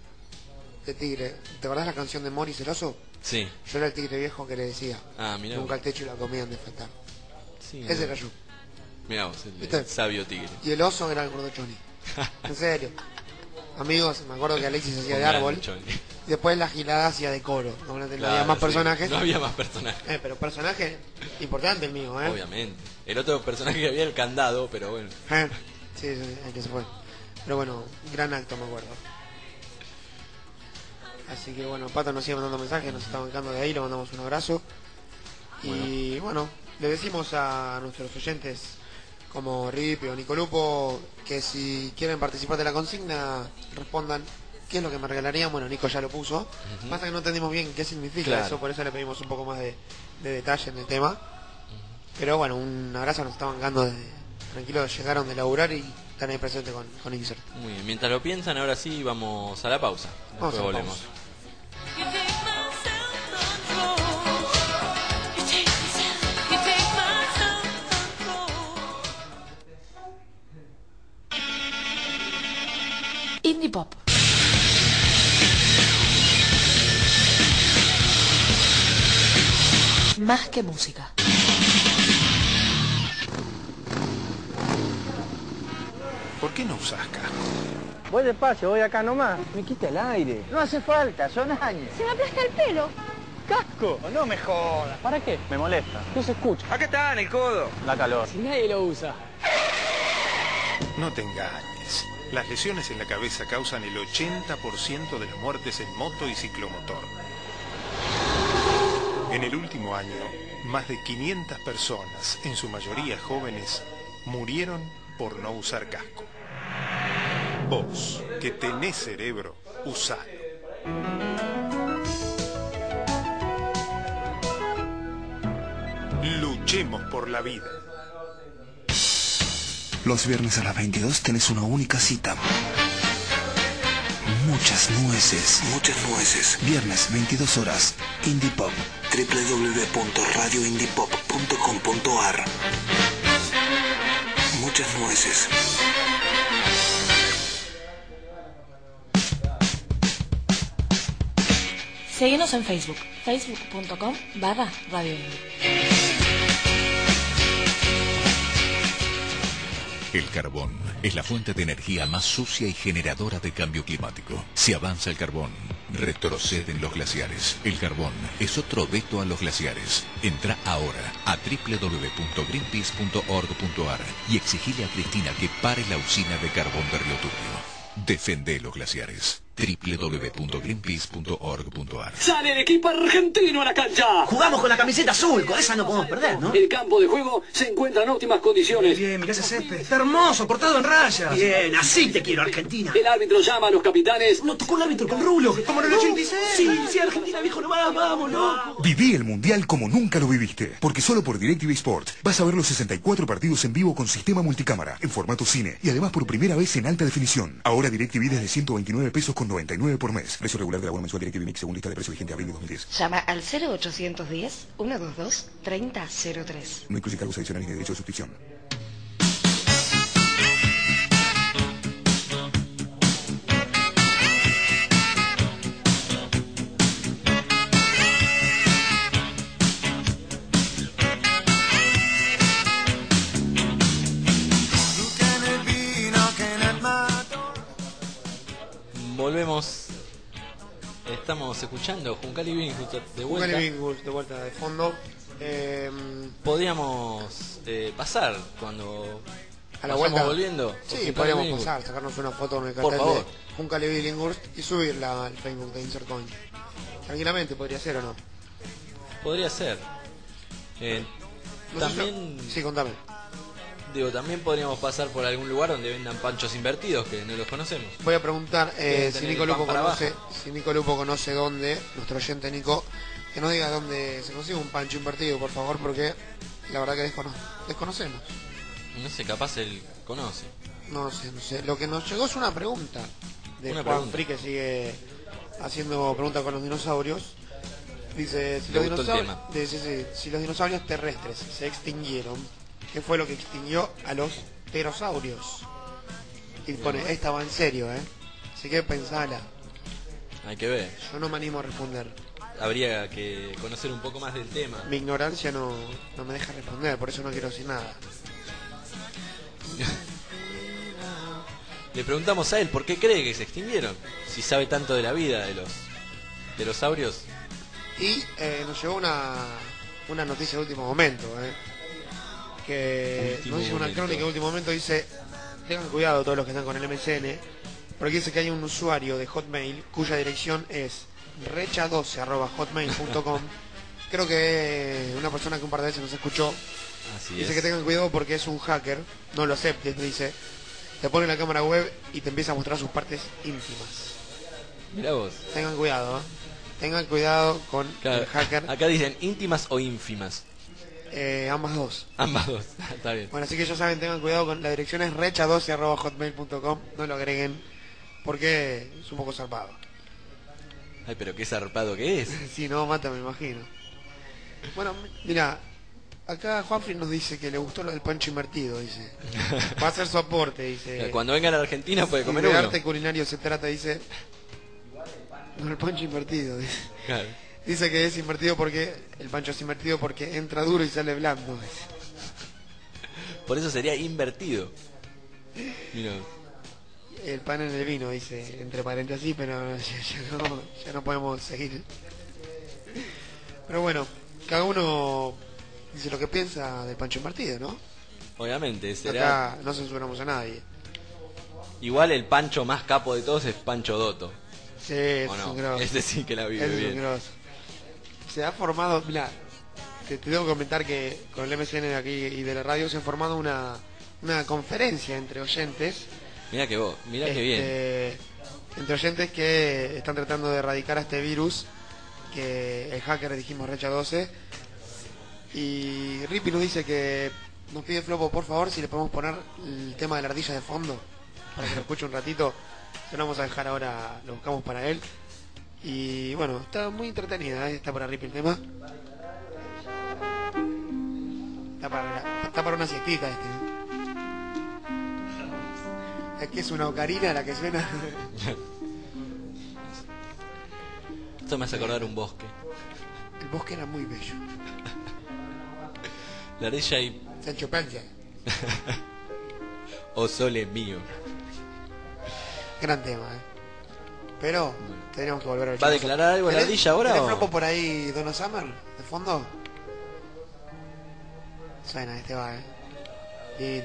De tigre. ¿Te acordás la canción de Morris el oso? Sí. Yo era el tigre viejo que le decía. Ah, mirá. Nunca al techo y la comían de faltar. Sí, ese era yo. Mirá vos, el sabio tigre. Y el oso era el gordo Choni. En serio. Amigos, me acuerdo que Alexis hacía de árbol. Después la gilada hacía de coro. No había más personajes. No había más personajes. Pero personaje importante el mío, Obviamente. El otro personaje que había el candado, pero bueno. Sí, el que se fue. Pero bueno, gran acto, me acuerdo. Así que bueno, Pato nos sigue mandando mensajes, nos está bancando de ahí, le mandamos un abrazo. Y bueno, le decimos a nuestros oyentes como Rip o Nicolupo que si quieren participar de la consigna, respondan qué es lo que me regalarían. Bueno, Nico ya lo puso. Pasa que no entendimos bien qué significa eso, por eso le pedimos un poco más de detalle en el tema. Pero bueno, un abrazo, nos está bancando tranquilos, llegaron de laburar y están ahí presentes con Insert. Muy bien, mientras lo piensan, ahora sí vamos a la pausa. Después volvemos. Indie Pop. Más que música. ¿Por qué no usás casco? Voy despacio, voy acá nomás. Me quita el aire. No hace falta, son años. Se me aplasta el pelo. ¡Casco! No me jodas. ¿Para qué? Me molesta. No se escucha. Acá está, en el codo. Da calor. Si nadie lo usa. No te engañes. Las lesiones en la cabeza causan el 80% de las muertes en moto y ciclomotor. En el último año, más de 500 personas, en su mayoría jóvenes, murieron por no usar casco. Vos, que tenés cerebro, usalo. Luchemos por la vida. Los viernes a las 22 tenés una única cita. Muchas nueces. Muchas nueces. Viernes, 22 horas. Indie Pop. www.radioindiepop.com.ar. Muchas nueces. Síguenos en Facebook. facebook.com/radioindie. El carbón es la fuente de energía más sucia y generadora de cambio climático. Si avanza el carbón, retroceden los glaciares. El carbón es otro veto a los glaciares. Entra ahora a www.greenpeace.org.ar y exigile a Cristina que pare la usina de carbón de Río Turbio. Defende los glaciares. www.greenpeace.org.ar. ¡Sale el equipo argentino a la cancha! Jugamos con la camiseta azul, con esa no podemos perder, ¿no? El campo de juego se encuentra en óptimas condiciones. Bien, mirá ese césped, está hermoso, cortado en rayas. Bien, así te quiero, Argentina. El árbitro llama a los capitanes. No tocó el árbitro con rulo, como en el 86. Sí, Argentina, viejo, nomás, vamos, loco. Viví el Mundial como nunca lo viviste, porque solo por DirecTV Sport vas a ver los 64 partidos en vivo con sistema multicámara, en formato cine, y además por primera vez en alta definición. Ahora DirecTV desde 129 pesos con 99 por mes. Precio regular de la abono mensual DirecTV Mix según lista de precio vigente abril de 2010. Llama al 0810-122-3003. No incluye cargos adicionales ni derecho de suscripción. Volvemos. Estamos escuchando Juncali Binghurst de vuelta. Juncali Binghurst de vuelta de fondo. Podríamos pasar cuando a la vuelta volviendo. Sí, podríamos pasar, sacarnos una foto con el cartel de Juncali Binghurst y subirla al Facebook de Insert Coin. Tranquilamente podría ser o no. Podría ser. No también. Sí, contame. Digo, también podríamos pasar por algún lugar donde vendan panchos invertidos, que no los conocemos. Voy a preguntar si Nico Lupo conoce dónde, nuestro oyente Nico, que nos diga dónde se consigue un pancho invertido, por favor, porque la verdad que desconocemos. No sé, capaz él conoce. No sé. Lo que nos llegó es una pregunta de Juan Free, que sigue haciendo preguntas con los dinosaurios. Dice, si los dinosaurios terrestres se extinguieron, ¿qué fue lo que extinguió a los pterosaurios? Y pone, esta va en serio, así que pensala. Hay que ver. Yo no me animo a responder. Habría que conocer un poco más del tema. Mi ignorancia no me deja responder, por eso no quiero decir nada. Le preguntamos a él por qué cree que se extinguieron, si sabe tanto de la vida de los pterosaurios. Y nos llegó una noticia de último momento, que nos dice una crónica de último momento, dice, tengan cuidado todos los que están con el MSN, porque dice que hay un usuario de Hotmail cuya dirección es recha12@hotmail.com. Creo que una persona que un par de veces nos escuchó. Así dice es. que tengan cuidado porque es un hacker, no lo aceptes, dice, te pone la cámara web y te empieza a mostrar sus partes íntimas. Mirá vos. Tengan cuidado con el hacker. Acá dicen íntimas o ínfimas. Ambas dos. Está bien. Bueno, así que ya saben, tengan cuidado con la dirección, es recha12@hotmail.com. No lo agreguen porque es un poco zarpado. Ay, pero qué zarpado que es. Si no, mata, me imagino. Bueno, mira, acá Juanfrey nos dice que le gustó lo del pancho invertido, dice. Va a hacer su aporte, dice. Cuando vengan a la Argentina puede comer uno. De arte culinario se trata, dice. No, el pancho invertido, dice. Claro. Dice que es invertido porque el pancho es invertido porque entra duro y sale blando. Por eso sería invertido. Mira. El pan en el vino, dice, entre paréntesis, pero ya no podemos seguir. Pero bueno, cada uno dice lo que piensa del pancho invertido, ¿no? Obviamente, será. Acá no censuramos a nadie. Igual el pancho más capo de todos es Pancho Dotto. Sí, es un grosso. Ese sí que la vive bien. Es un grosso. Se ha formado, mira, te tengo que comentar que con el MSN de aquí y de la radio se ha formado una conferencia entre oyentes. Mirá que bien. Entre oyentes que están tratando de erradicar a este virus, que el hacker dijimos Recha 12. Y Rippy nos dice que nos pide Flopo, por favor, si le podemos poner el tema de la ardilla de fondo, para que lo escuche un ratito. Se lo vamos a dejar ahora, lo buscamos para él. Y bueno, está muy entretenida, está para Rippy el tema. Está para una siestita este. Es que es una ocarina la que suena. Esto me hace acordar un bosque. El bosque era muy bello. La ardilla y... Sancho Panza. O Sole Mío. Gran tema, Pero tenemos que volver a ¿Va a declarar algo la ardilla ahora? ¿Tenés o? flopo por ahí Donna Summer de fondo? Suena, va, Lindo.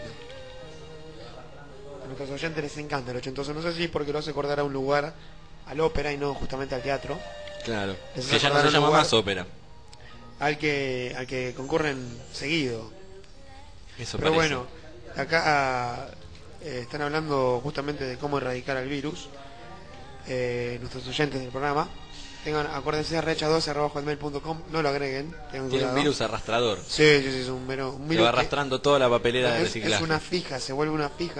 A nuestros oyentes les encanta el ochentoso. No sé si es porque lo hace acordar a un lugar, al ópera y no justamente al teatro. Claro, Les que ya no acordar se un llama lugar más ópera. Al que concurren seguido. Eso Pero parece. bueno, acá están hablando justamente de cómo erradicar al virus. Nuestros oyentes del programa. Acuérdense, recha12@mail.com, no lo agreguen. Tiene un virus arrastrador. Sí, es un virus. Se va arrastrando toda la papelera de reciclaje. Es una fija, se vuelve una fija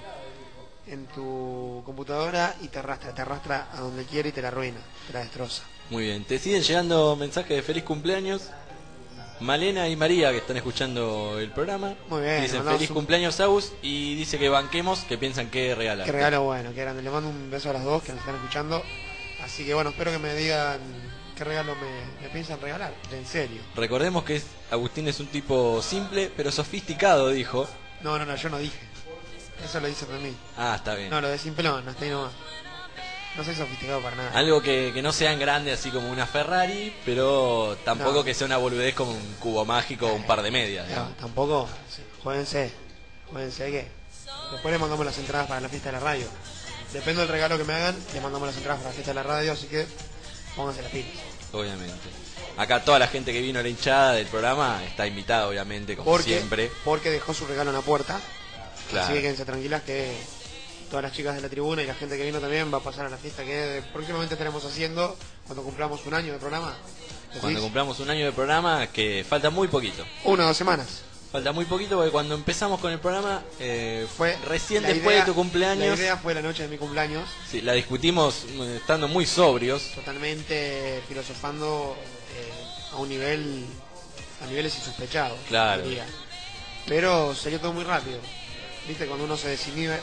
en tu computadora y te arrastra a donde quiere y te la arruina, te la destroza. Muy bien, te siguen llegando mensajes de feliz cumpleaños. Malena y María, que están escuchando el programa, Muy bien, dicen feliz cumpleaños Aus, y dice que banquemos, que piensan que regalar. Qué regalo bueno, que grande. Le mando un beso a las dos que nos están escuchando. Así que bueno, espero que me digan qué regalo me piensan regalar, en serio. Recordemos que Agustín es un tipo simple pero sofisticado, dijo. No, yo no dije. Eso lo dice de mí. Ah, está bien. No, lo de simple no, hasta ahí nomás. No soy sofisticado para nada. Algo que no sean grandes así como una Ferrari, pero tampoco No. que sea una boludez como un cubo mágico o un par de medias. No, tampoco. Jueguense que después le mandamos las entradas para la fiesta de la radio. Depende del regalo que me hagan, le mandamos las entradas para la fiesta de la radio, así que pónganse las pilas. Obviamente. Acá toda la gente que vino a la hinchada del programa está invitada, obviamente, como siempre. Porque dejó su regalo en la puerta. Claro. Así que quédense tranquilas que todas las chicas de la tribuna y la gente que vino también va a pasar a la fiesta que próximamente estaremos haciendo cuando cumplamos un año de programa. Cuando cumplamos un año de programa, que falta muy poquito. 1 o 2 semanas. Falta muy poquito porque cuando empezamos con el programa fue recién la después idea- de tu cumpleaños. La idea fue la noche de mi cumpleaños. Sí, la discutimos estando muy sobrios. Totalmente filosofando a niveles insospechados. Claro. Diría. Pero salió todo muy rápido. Viste, cuando uno se desinhibe.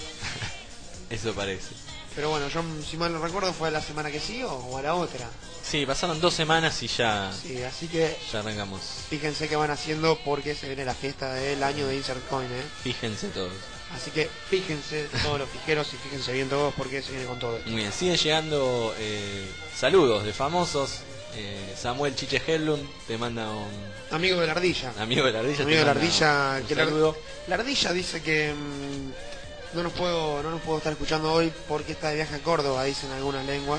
Eso parece. Pero bueno, yo si mal no recuerdo fue a la semana que siguió o a la otra. Sí, pasaron 2 semanas y ya. Sí, así que ya arrancamos. Fíjense qué van haciendo porque se viene la fiesta del año de Insert Coin, Fíjense todos. Así que fíjense todos los fijeros y fíjense bien todos porque se viene con todo. Muy bien, siguen llegando saludos de famosos. Samuel Chiche Hellund te manda un amigo de la ardilla. Amigo de la ardilla. Amigo de la ardilla. Un Que saludo. la ardilla dice que no nos puedo estar escuchando hoy porque está de viaje a Córdoba, dicen algunas lenguas.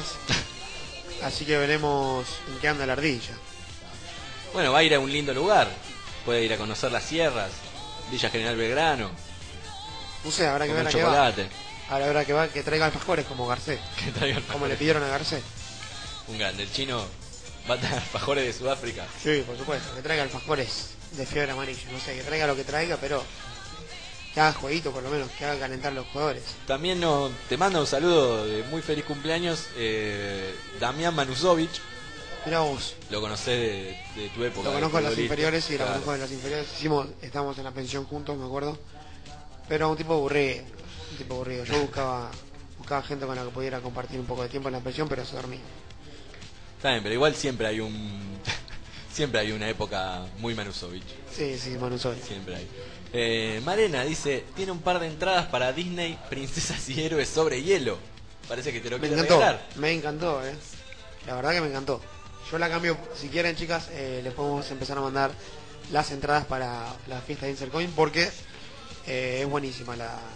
Así que veremos en qué anda la ardilla. Bueno, va a ir a un lindo lugar. Puede ir a conocer las sierras. Villa General Belgrano. No sé, habrá que Comer ver a qué va. chocolate. Ahora habrá que va que traiga alfajores como Garcés. Que traiga Como alfajores. le pidieron a Garcés. Un grande. El chino va a traer alfajores de Sudáfrica. Sí, por supuesto. Que traiga alfajores de fiebre amarilla. No sé, que traiga lo que traiga, pero que haga jueguito por lo menos, que haga calentar los jugadores. También te manda un saludo de muy feliz cumpleaños Damián Manusovic. Mirá vos. Lo conocés de tu época. Lo conozco en las futbolista. inferiores y Claro. lo conozco en las inferiores. Estábamos en la pensión juntos, me acuerdo. Pero un tipo aburrido. Yo buscaba gente con la que pudiera compartir un poco de tiempo en la pensión, pero se dormía. Está bien, pero igual siempre hay siempre hay una época muy Manusovic. Sí, Manu Soy. Siempre hay. Marena dice, tiene un par de entradas para Disney, Princesas y Héroes sobre hielo. Parece que te lo Me quiere encantó, regalar. me encantó, La verdad que me encantó. Yo la cambio, si quieren chicas, les podemos empezar a mandar las entradas para la fiesta de Insert Coin porque es buenísima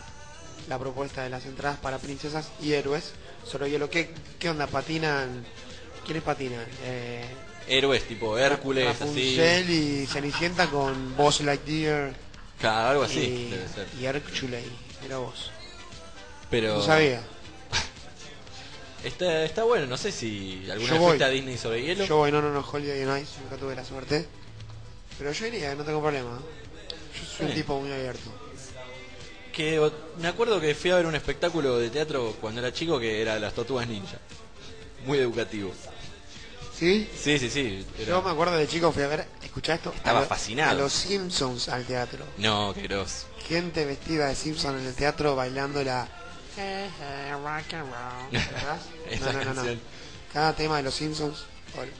la propuesta de las entradas para Princesas y Héroes sobre hielo. ¿Qué onda? ¿Patinan? ¿Quiénes patinan? Héroes tipo Hércules, así. Rapunzel y Cenicienta con Buzz Lightyear. Claro, algo así debe ser. Y Hércules, era vos. Pero No sabía. Está bueno, no sé si alguna Yo voy. fiesta Disney sobre hielo. Yo voy, no, Holiday on Ice, nunca tuve la suerte. Pero yo iría, no tengo problema. Yo soy un Sí. tipo muy abierto. Me acuerdo que fui a ver un espectáculo de teatro cuando era chico que era Las Tortugas Ninja. Muy educativo. ¿Sí? Sí. Era- Yo me acuerdo de chico, fui a ver, escuchá esto. Estaba fascinado. A los Simpsons al teatro. No, qué grosso. Gente vestida de Simpson en el teatro bailando la... rock and roll. ¿Verdad? Esa No. canción. Cada tema de los Simpsons. hola.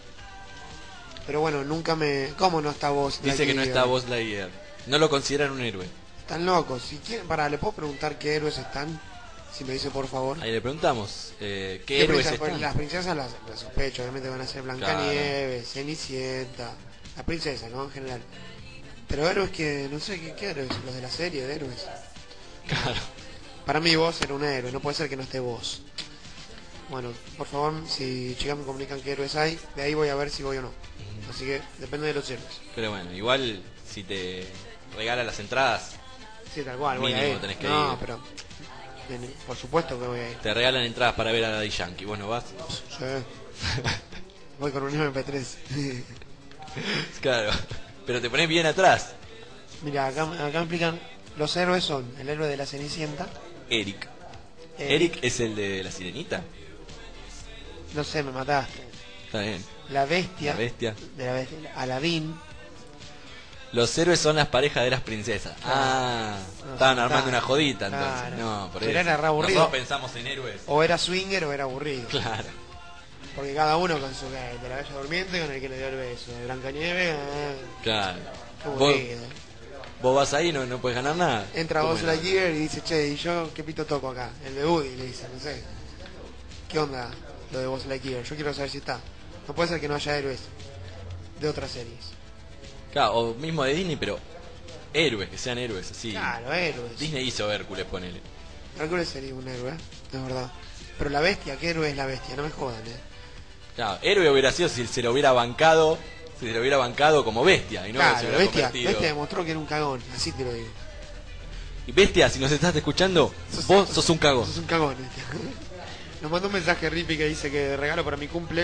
Pero bueno, nunca me... ¿Cómo no está vos? Dice que no está Buzz Lightyear. No lo consideran un héroe. Están locos. Si quieren, ¿le puedo preguntar qué héroes están? Si me dice por favor. Ahí le preguntamos qué héroes están. Las princesas las sospecho, obviamente van a ser Blancanieves, Cenicienta, la princesa, ¿no? En general. Pero héroes que, no sé, ¿qué héroes? Los de la serie de héroes. Claro. Para mí vos era un héroe, no puede ser que no esté vos. Bueno, por favor, si chicas me comunican qué héroes hay, de ahí voy a ver si voy o no. Así que depende de los héroes. Pero bueno, igual si te regala las entradas, sí, tal cual, voy mínimo a ir. tenés que no, ir. Pero por supuesto que voy a ir. Te regalan entradas para ver a Daddy Yankee, ¿vos no vas? Sí. Voy con un MP3. Claro, pero te pones bien atrás. Mira, acá me explican, los héroes son el héroe de la Cenicienta. Eric es el de la Sirenita. No sé, me mataste. Está bien. La bestia. De la bestia. Aladín. Los héroes son las parejas de las princesas. Estaban armando una jodita entonces. Claro. No, por Pero eso. era re aburrido. Nosotros pensamos en héroes. O era swinger o era aburrido. Claro. Porque cada uno con su de la Bella Durmiente con el que le dio el beso. De Blancanieves. Claro. Aburrido. Vos vas ahí y no puedes ganar nada. Entra Buzz Lightyear y dice, che, ¿y yo qué pito toco acá? El de Woody, le dice, no sé. ¿Qué onda lo de Buzz Lightyear? Yo quiero saber si está. No puede ser que no haya héroes de otras series. Claro, o mismo de Disney, pero héroes, que sean héroes así. Claro, héroes. Disney hizo Hércules, ponele. Hércules sería un héroe, es verdad. Pero la bestia, ¿qué héroe es la bestia? No me jodan, Claro, héroe hubiera sido si se lo hubiera bancado, como bestia. Y no claro, se hubiera bestia demostró que era un cagón, así te lo digo. Y bestia, si nos estás escuchando, vos sos un cagón. Sos un cagón, Nos mandó un mensaje Rippy que dice que de regalo para mi cumple,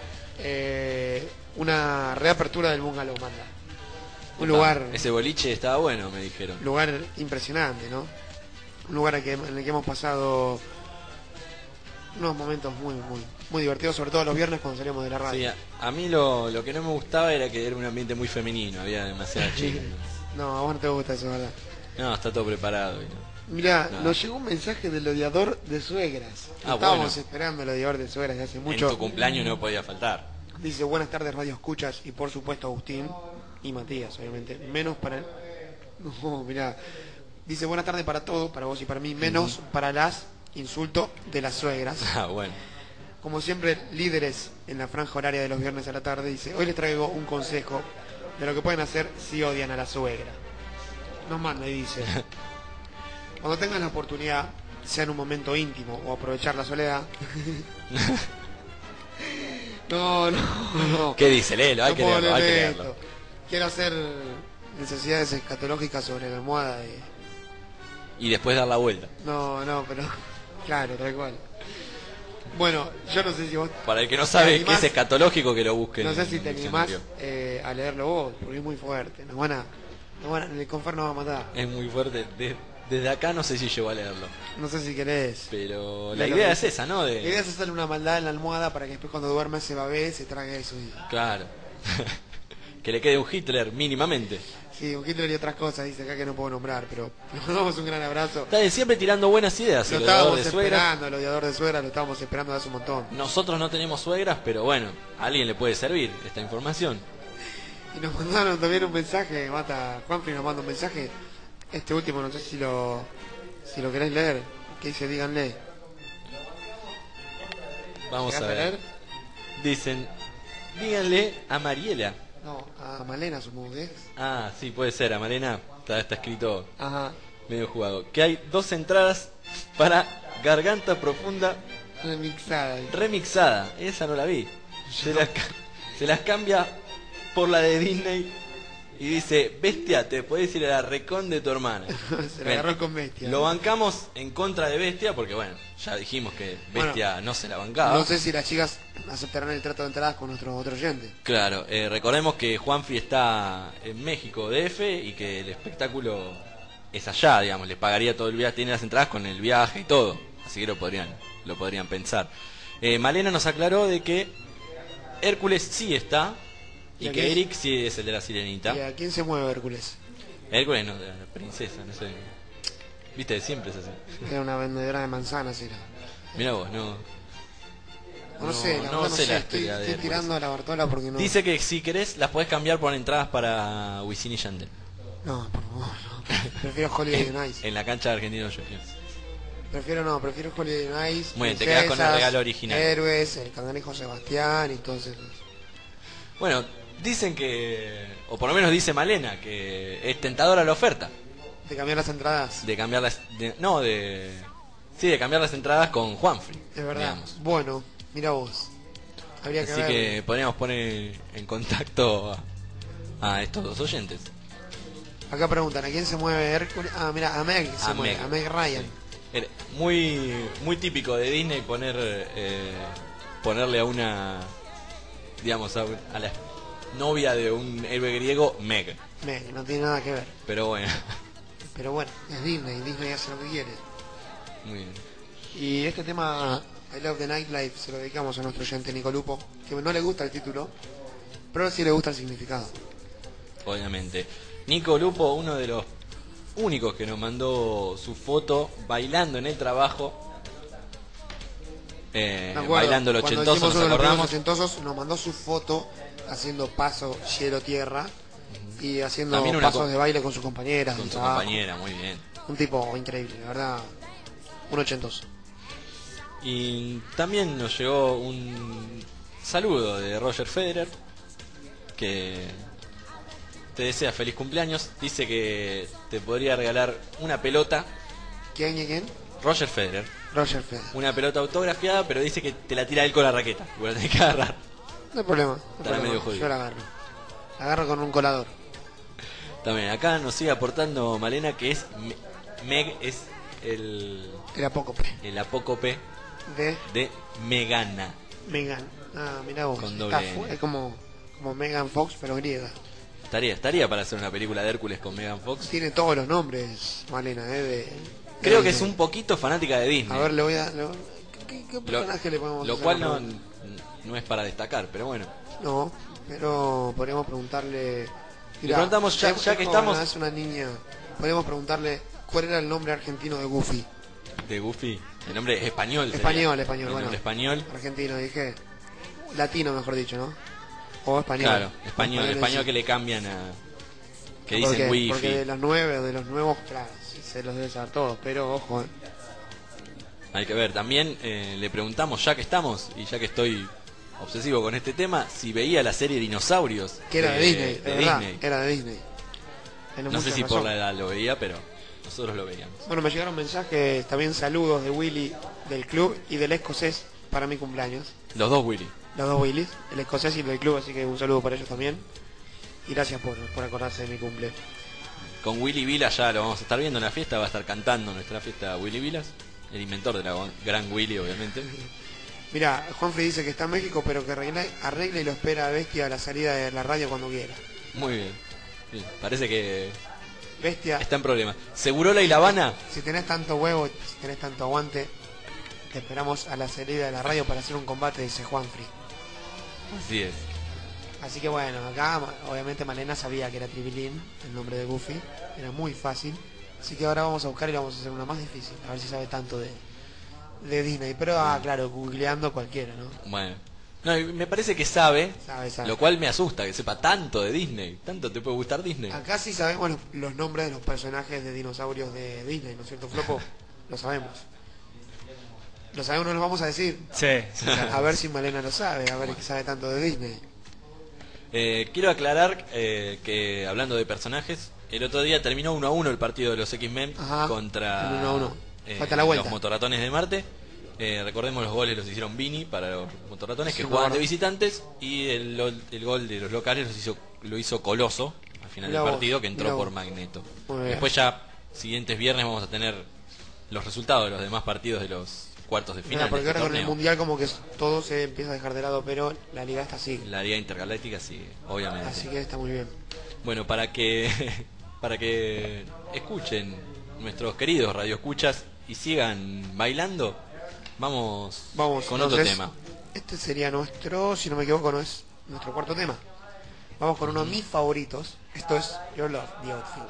una reapertura del bungalow, manda. Un lugar... Ese boliche estaba bueno, me dijeron. Lugar impresionante, ¿no? Un lugar en el que hemos pasado unos momentos muy divertidos, sobre todo los viernes cuando salíamos de la radio. Sí, a mí lo que no me gustaba era que era un ambiente muy femenino, había demasiadas chicas. No, a vos no te gusta eso, ¿verdad? No, está todo preparado. Mirá, nos llegó un mensaje del odiador de suegras. Estábamos esperando el odiador de suegras de hace mucho. En tu cumpleaños no podía faltar. Dice, buenas tardes, Radio Escuchas, y por supuesto Agustín y Matías, obviamente. Menos para él. No, mirá. Dice, buenas tardes para todos, para vos y para mí, menos para las insulto de las suegras. Bueno. Como siempre, líderes en la franja horaria de los viernes a la tarde, dice, hoy les traigo un consejo de lo que pueden hacer si odian a la suegra. Nos manda y dice, cuando tengan la oportunidad, sea en un momento íntimo o aprovechar la soledad. No. ¿Qué dice? Léelo, hay que leerlo. Quiero hacer necesidades escatológicas sobre la almohada y después dar la vuelta. No, pero claro, tal cual. Bueno, yo no sé si vos... Para el que no sabe qué es escatológico, que lo busque. No sé si te animás a leerlo vos, porque es muy fuerte. En el confar nos va a matar. Es muy fuerte. Desde acá no sé si llego a leerlo. No sé si querés. Pero la idea es esa, ¿no? La idea es hacerle una maldad en la almohada para que después cuando duerma se babee, se trague eso. Claro. Que le quede un Hitler mínimamente. Sí, un Hitler y otras cosas, dice acá que no puedo nombrar, pero le damos un gran abrazo. Está siempre tirando buenas ideas. Lo estábamos esperando, el odiador de suegra, lo estábamos esperando hace un montón. Nosotros no tenemos suegras, pero bueno, a alguien le puede servir esta información. Y nos mandaron también un mensaje, Juanfri nos manda un mensaje. Este último no sé si lo querés leer. Que dice, díganle. Vamos a ver. Dicen, díganle a Mariela. No, a Malena supongo que es. Ah, sí, puede ser, a Malena está escrito. Ajá. Medio jugado. Que hay 2 entradas para Garganta Profunda remixada. Esa no la vi. Se las cambia por la de Disney y dice, Bestia, te podés ir a la recon de tu hermana. Se la agarró con Bestia. Lo bancamos en contra de Bestia porque bueno, ya dijimos que Bestia no se la bancaba. No sé si las chicas aceptarán el trato de entradas con nuestro otro oyente. Claro, recordemos que Juanfi está en México DF y que el espectáculo es allá, digamos, les pagaría todo el viaje, tiene las entradas con el viaje y todo, así que lo podrían pensar. Malena nos aclaró de que Hércules sí está y que Eric sí es el de la Sirenita. ¿Y a quién se mueve Hércules? Hércules no, de la princesa, no sé. Viste, siempre es así. Era una vendedora de manzanas, era. Mirá vos, No sé, no sé, estoy tirando a la Bartola porque no... Dice que si querés las podés cambiar por entradas para Wisin y Yandel. No, por favor, no. Prefiero Holiday on Ice. En la cancha de Argentinos Juniors. Prefiero Holiday on Ice. Muy bien, te quedas con el regalo original. Héroes, el Cangrejo Sebastián y todos esos. Bueno, dicen que, o por lo menos dice Malena, que es tentadora la oferta. ¿De cambiar las entradas? De cambiar las... Sí, de cambiar las entradas con Juanfri. Es verdad. Digamos. Bueno, mira vos. Habría que Así ver. que podríamos poner en contacto a estos dos oyentes. Acá preguntan, ¿a quién se mueve Hércules? Ah, mira, a Meg se mueve, Meg. a Meg Ryan. Sí. Muy típico de Disney ponerle a una, digamos, a la novia de un héroe griego, Meg. Meg, no tiene nada que ver. Pero bueno. Pero bueno, es Disney, Disney hace lo que quiere. Muy bien. Y este tema, I Love the Nightlife, se lo dedicamos a nuestro oyente Nico Lupo, que no le gusta el título, pero sí le gusta el significado. Obviamente. Nico Lupo, uno de los únicos que nos mandó su foto bailando en el trabajo. Bailando el ochentoso, nos acordamos. Ochentosos, nos mandó su foto haciendo paso cielo-tierra y haciendo También pasos de baile con sus compañeras. Con su compañera, muy bien. Un tipo increíble, la verdad, un ochentoso. Y también nos llegó un saludo de Roger Federer, que te desea feliz cumpleaños. Dice que te podría regalar una pelota. ¿Quién? Roger Federer. Roger Federer. Una pelota autografiada, pero dice que te la tira él con la raqueta. Igual la tenés que agarrar. No hay problema. Está medio jodido. Yo la agarro. La agarro con un colador. También acá nos sigue aportando Malena, que es Meg, es el apócope. El apócope de Megana. Megan. Ah, mirá vos. Con doble N. Es como Megan Fox, pero griega. Estaría para hacer una película de Hércules con Megan Fox. Tiene todos los nombres, Malena, Creo que es un poquito fanática de Disney. A ver, le voy a... ¿Qué personaje le podemos Lo hacer? cual no es para destacar, pero bueno. No, pero podríamos preguntarle... Le preguntamos, ya que estamos... Es una niña. Podríamos preguntarle cuál era el nombre argentino de Goofy. ¿De Goofy? El nombre es español. Español, el bueno. Nombre español. Argentino, dije. Latino, mejor dicho, ¿no? O español. Claro, español que le cambian a... Que dicen wifi. Porque de los nuevos, claro, se los debe saber todos, pero ojo. Hay que ver, también le preguntamos, ya que estamos, y ya que estoy obsesivo con este tema, si veía la serie Dinosaurios. Que era de Disney, de Disney. Era de Disney. No sé si por la edad lo veía, pero nosotros lo veíamos. Bueno, me llegaron mensajes, también saludos de Willy del club y del escocés para mi cumpleaños. Los dos Willy. Los dos Willys, el escocés y el del club, así que un saludo para ellos también. Y gracias por acordarse de mi cumple. Con Willy Vilas ya lo vamos a estar viendo en la fiesta, va a estar cantando nuestra fiesta Willy Vilas, el inventor de la gran Willy, obviamente. Mira, Juanfrey dice que está en México, pero que arregle y lo espera a Bestia a la salida de la radio cuando quiera. Muy bien. Sí, parece que Bestia está en problemas. ¿Segurola y La Habana? Si tenés tanto huevo, si tenés tanto aguante, te esperamos a la salida de la radio para hacer un combate, dice Juanfrey. Así es. Así que bueno, acá obviamente Malena sabía que era Tribilín, el nombre de Goofy, era muy fácil. Así que ahora vamos a buscar y le vamos a hacer una más difícil, a ver si sabe tanto de Disney. Pero claro, googleando cualquiera, ¿no? Bueno, no, me parece que sabe, sabe. Lo cual me asusta, que sepa tanto de Disney. ¿Tanto te puede gustar Disney? Acá sí sabemos los nombres de los personajes de dinosaurios de Disney, ¿no es cierto, Flopo? Lo sabemos. Lo sabemos, no los vamos a decir. Sí. A ver si Malena lo sabe, a ver qué sabe tanto de Disney. Quiero aclarar que hablando de personajes, el otro día terminó 1-1 el partido de los X-Men contra 1-1. Falta la vuelta. Los motorratones de Marte. Recordemos los goles los hicieron Vini para los motorratones que jugaban de visitantes, y el gol de los locales lo hizo Coloso al final del partido, que entró por Magneto. Después ya siguientes viernes vamos a tener los resultados de los demás partidos de los cuartos de final. Porque ahora con el mundial como que todo se empieza a dejar de lado, pero la liga está así. La liga intergaláctica sí, obviamente. Así que está muy bien. Bueno, para que escuchen nuestros queridos radioescuchas y sigan bailando, vamos con otro tema. Este sería nuestro, si no me equivoco, no es nuestro cuarto tema. Vamos con uno de mis favoritos. Esto es Your Love, The Outfield.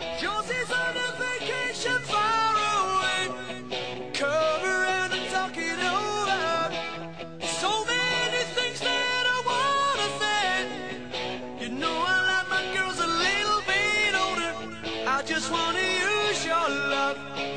Just wanna you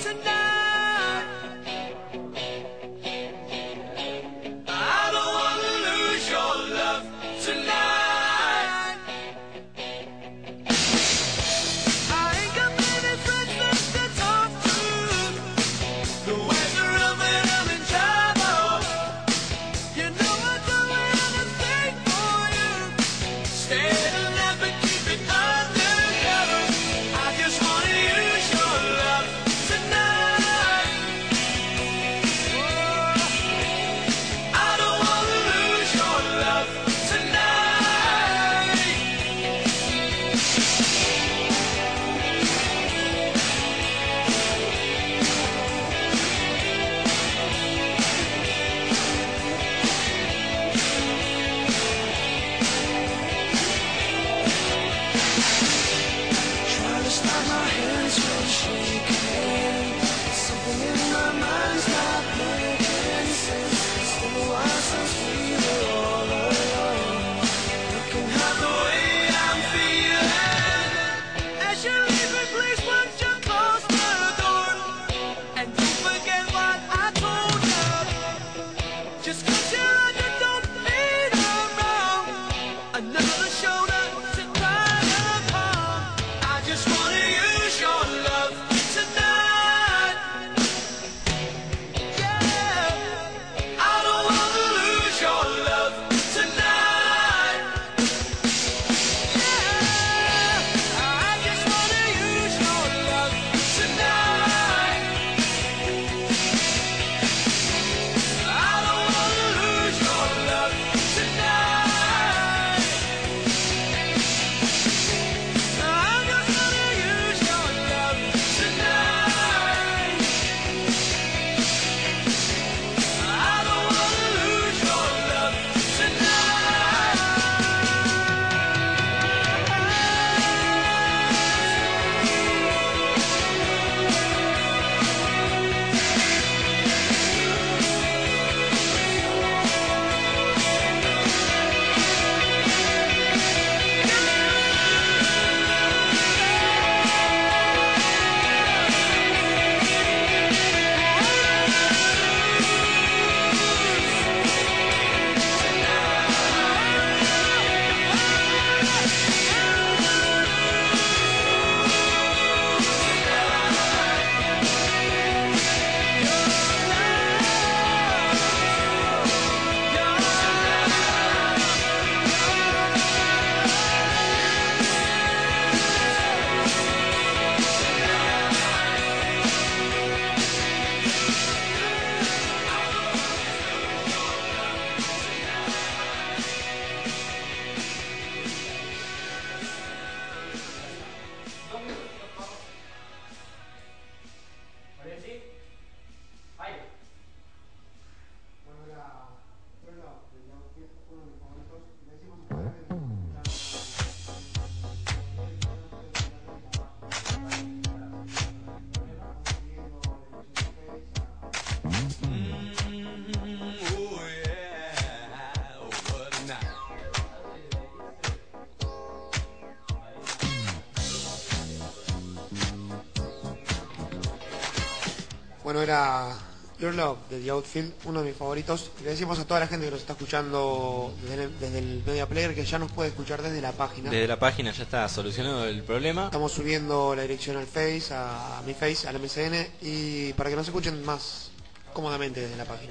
Bueno, era Your Love de The Outfield, uno de mis favoritos. Le decimos a toda la gente que nos está escuchando desde el Media Player que ya nos puede escuchar desde la página. Desde la página ya está solucionado el problema. Estamos subiendo la dirección al Face, a mi Face, al MSN, y para que nos escuchen más cómodamente desde la página.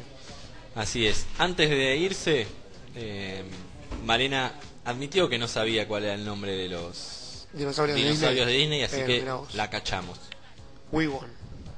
Así es. Antes de irse, Malena admitió que no sabía cuál era el nombre de los dinosaurios de Disney, así que la cachamos. We won.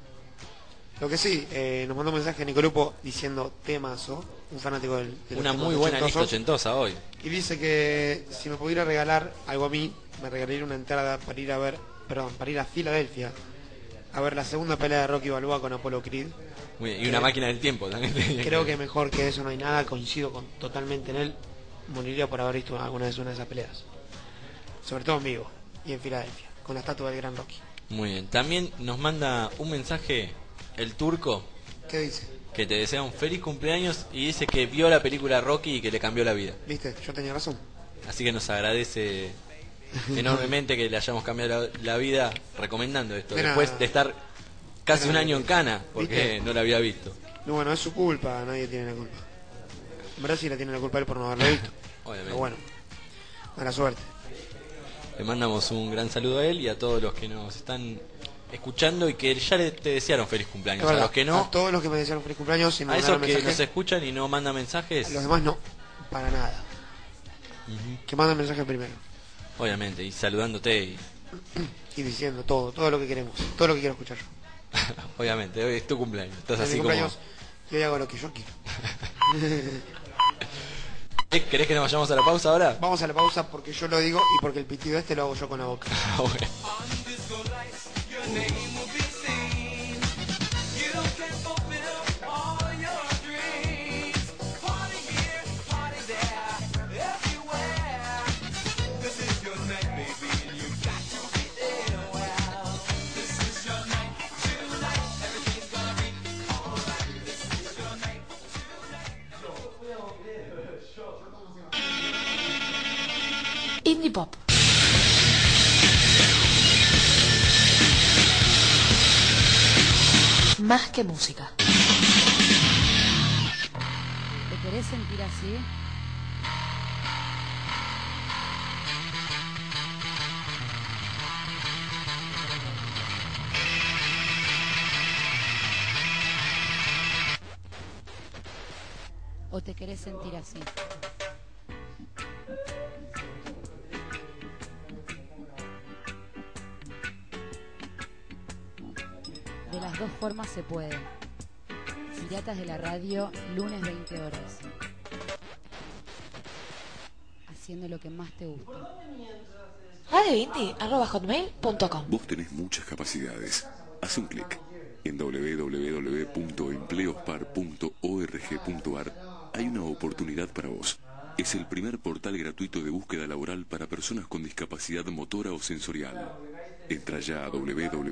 Lo que sí, nos mandó un mensaje Nico Lupo diciendo temazo, un fanático de una muy buena lista ochentosa hoy. Y dice que si me pudiera regalar algo a mí, me regalaría una entrada para ir a Filadelfia a ver la segunda pelea de Rocky Balboa con Apollo Creed. Y una máquina del tiempo también. Creo que mejor que eso no hay nada, coincido totalmente en él. Moriría por haber visto alguna vez una de esas peleas. Sobre todo en vivo y en Filadelfia, con la estatua del gran Rocky. Muy bien. También nos manda un mensaje el turco. ¿Qué dice? Que te desea un feliz cumpleaños y dice que vio la película Rocky y que le cambió la vida. ¿Viste? Yo tenía razón. Así que nos agradece enormemente que le hayamos cambiado la vida recomendando esto. Después de estar casi un año en Cana, porque ¿Viste? no la había visto. No, bueno, es su culpa, nadie tiene la culpa. En verdad sí la tiene la culpa él por no haberlo visto. Obviamente. Pero bueno, mala suerte. Le mandamos un gran saludo a él y a todos los que nos están escuchando y que ya te desearon feliz cumpleaños. Es verdad, A los que no, a todos los que me desearon feliz cumpleaños y me a esos mandaron que mensajes, nos escuchan y no mandan mensajes, a los demás no, para nada. Que manden mensaje primero. obviamente, y saludándote Y diciendo todo lo que queremos, todo lo que quiero escuchar yo. obviamente, hoy es tu cumpleaños, estás En así mi como... cumpleaños y hoy hago lo que yo quiero. ¿Querés que nos vayamos a la pausa ahora? Vamos a la pausa porque yo lo digo y porque el pitido este lo hago yo con la boca. Bueno. Indie Pop. Más que música. ¿Te querés sentir así? ¿O te querés sentir así? De las dos formas se puede. Piratas de la Radio, lunes 20 horas. Haciendo lo que más te gusta. radioindie@hotmail.com. Vos tenés muchas capacidades. Haz un clic. En www.empleospar.org.ar hay una oportunidad para vos. Es el primer portal gratuito de búsqueda laboral para personas con discapacidad motora o sensorial. Entra ya a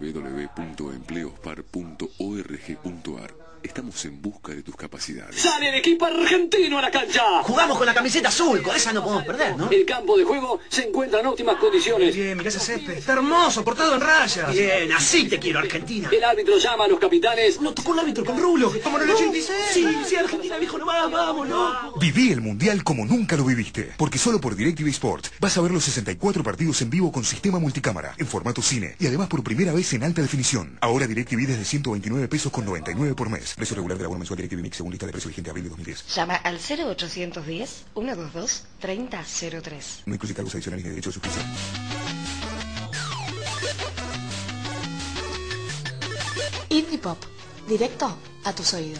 www.empleospar.org.ar. Estamos en busca de tus capacidades. ¡Sale el equipo argentino a la cancha! Jugamos con la camiseta azul, con esa no podemos perder, ¿no? El campo de juego se encuentra en óptimas condiciones. Bien, mirá ese césped. Está hermoso, cortado en rayas. Bien, así te quiero, Argentina. El árbitro llama a los capitanes. No tocó el árbitro con rulo. Como en el 86. Sí, Argentina dijo nomás, vamos, loco. Viví el Mundial como nunca lo viviste, porque solo por DirecTV Sport vas a ver los 64 partidos en vivo con sistema multicámara, en formato cine, y además por primera vez en alta definición. Ahora DirecTV desde 129 pesos con 99 por mes. Precio regular de la abono mensual DirecTV Mix según lista de precio vigente abril de 2010. Llama al 0810-122-3003. No incluye cargos adicionales ni derecho de suscripción. Indie Pop. Directo a tus oídos.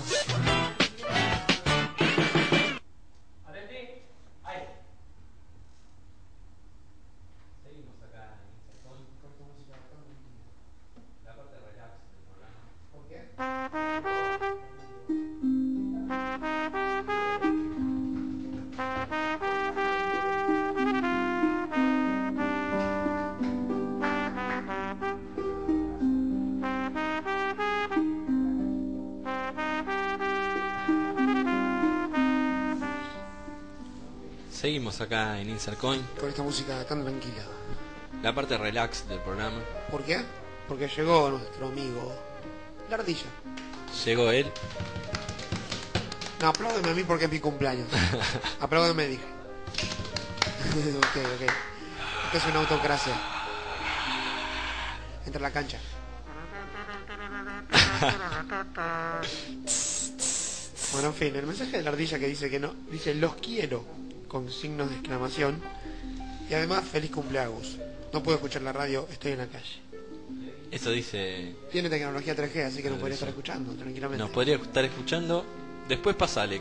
Seguimos acá en Insert Coin, Con esta música tan tranquila. la parte relax del programa. ¿Por qué? Porque llegó nuestro amigo la ardilla. Llegó él. No, apláudeme a mí porque es mi cumpleaños. Apláudeme, dije. Ok. Esto es una autocracia. Entra a la cancha. Bueno, en fin, el mensaje de la ardilla que dice que no, dice los quiero, con signos de exclamación. Y además, feliz cumpleaños. No puedo escuchar la radio, estoy en la calle. Eso dice... Tiene tecnología 3G, así que no podría estar escuchando tranquilamente. Nos podría estar escuchando. Después pasale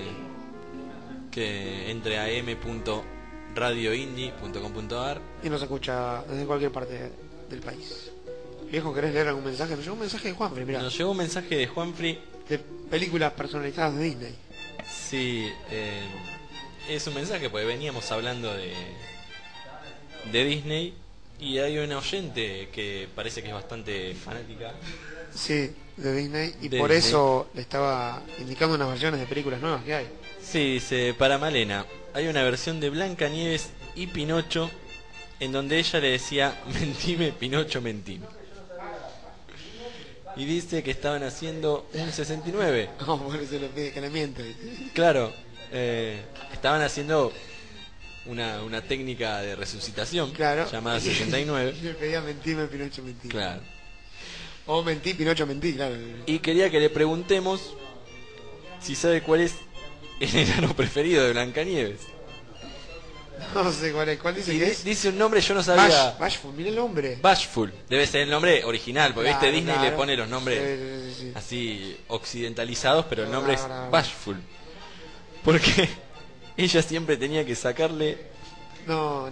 que entre a m.radioindie.com.ar Y nos escucha desde cualquier parte del país. Viejo, ¿querés leer algún mensaje? Nos llegó un mensaje de Juanfrey, mirá. Nos llegó un mensaje de Juanfrey. De películas personalizadas de Disney. Sí, es un mensaje porque veníamos hablando de Disney y hay una oyente que parece que es bastante fanática. Sí, de Disney. Y De por Disney. eso le estaba indicando unas versiones de películas nuevas que hay. Sí, dice, para Malena, hay una versión de Blancanieves y Pinocho en donde ella le decía, mentime, Pinocho, mentime. y dice que estaban haciendo un 69. No, por eso le pide que le miente. Claro, estaban haciendo una técnica de resucitación Claro. llamada 69. Le pedía mentime, Pinocho mentí. Claro. O mentí, Pinocho mentí, claro. Y quería que le preguntemos si sabe cuál es el enano preferido de Blancanieves. No sé cuál es. ¿Cuál dice Y que es? dice un nombre, yo no sabía. Bashful, mira el nombre. Bashful. Debe ser el nombre original, porque Claro, viste Disney claro. le pone los nombres Sí. así occidentalizados, pero el nombre es Claro. Bashful. Porque ella siempre tenía que sacarle. No.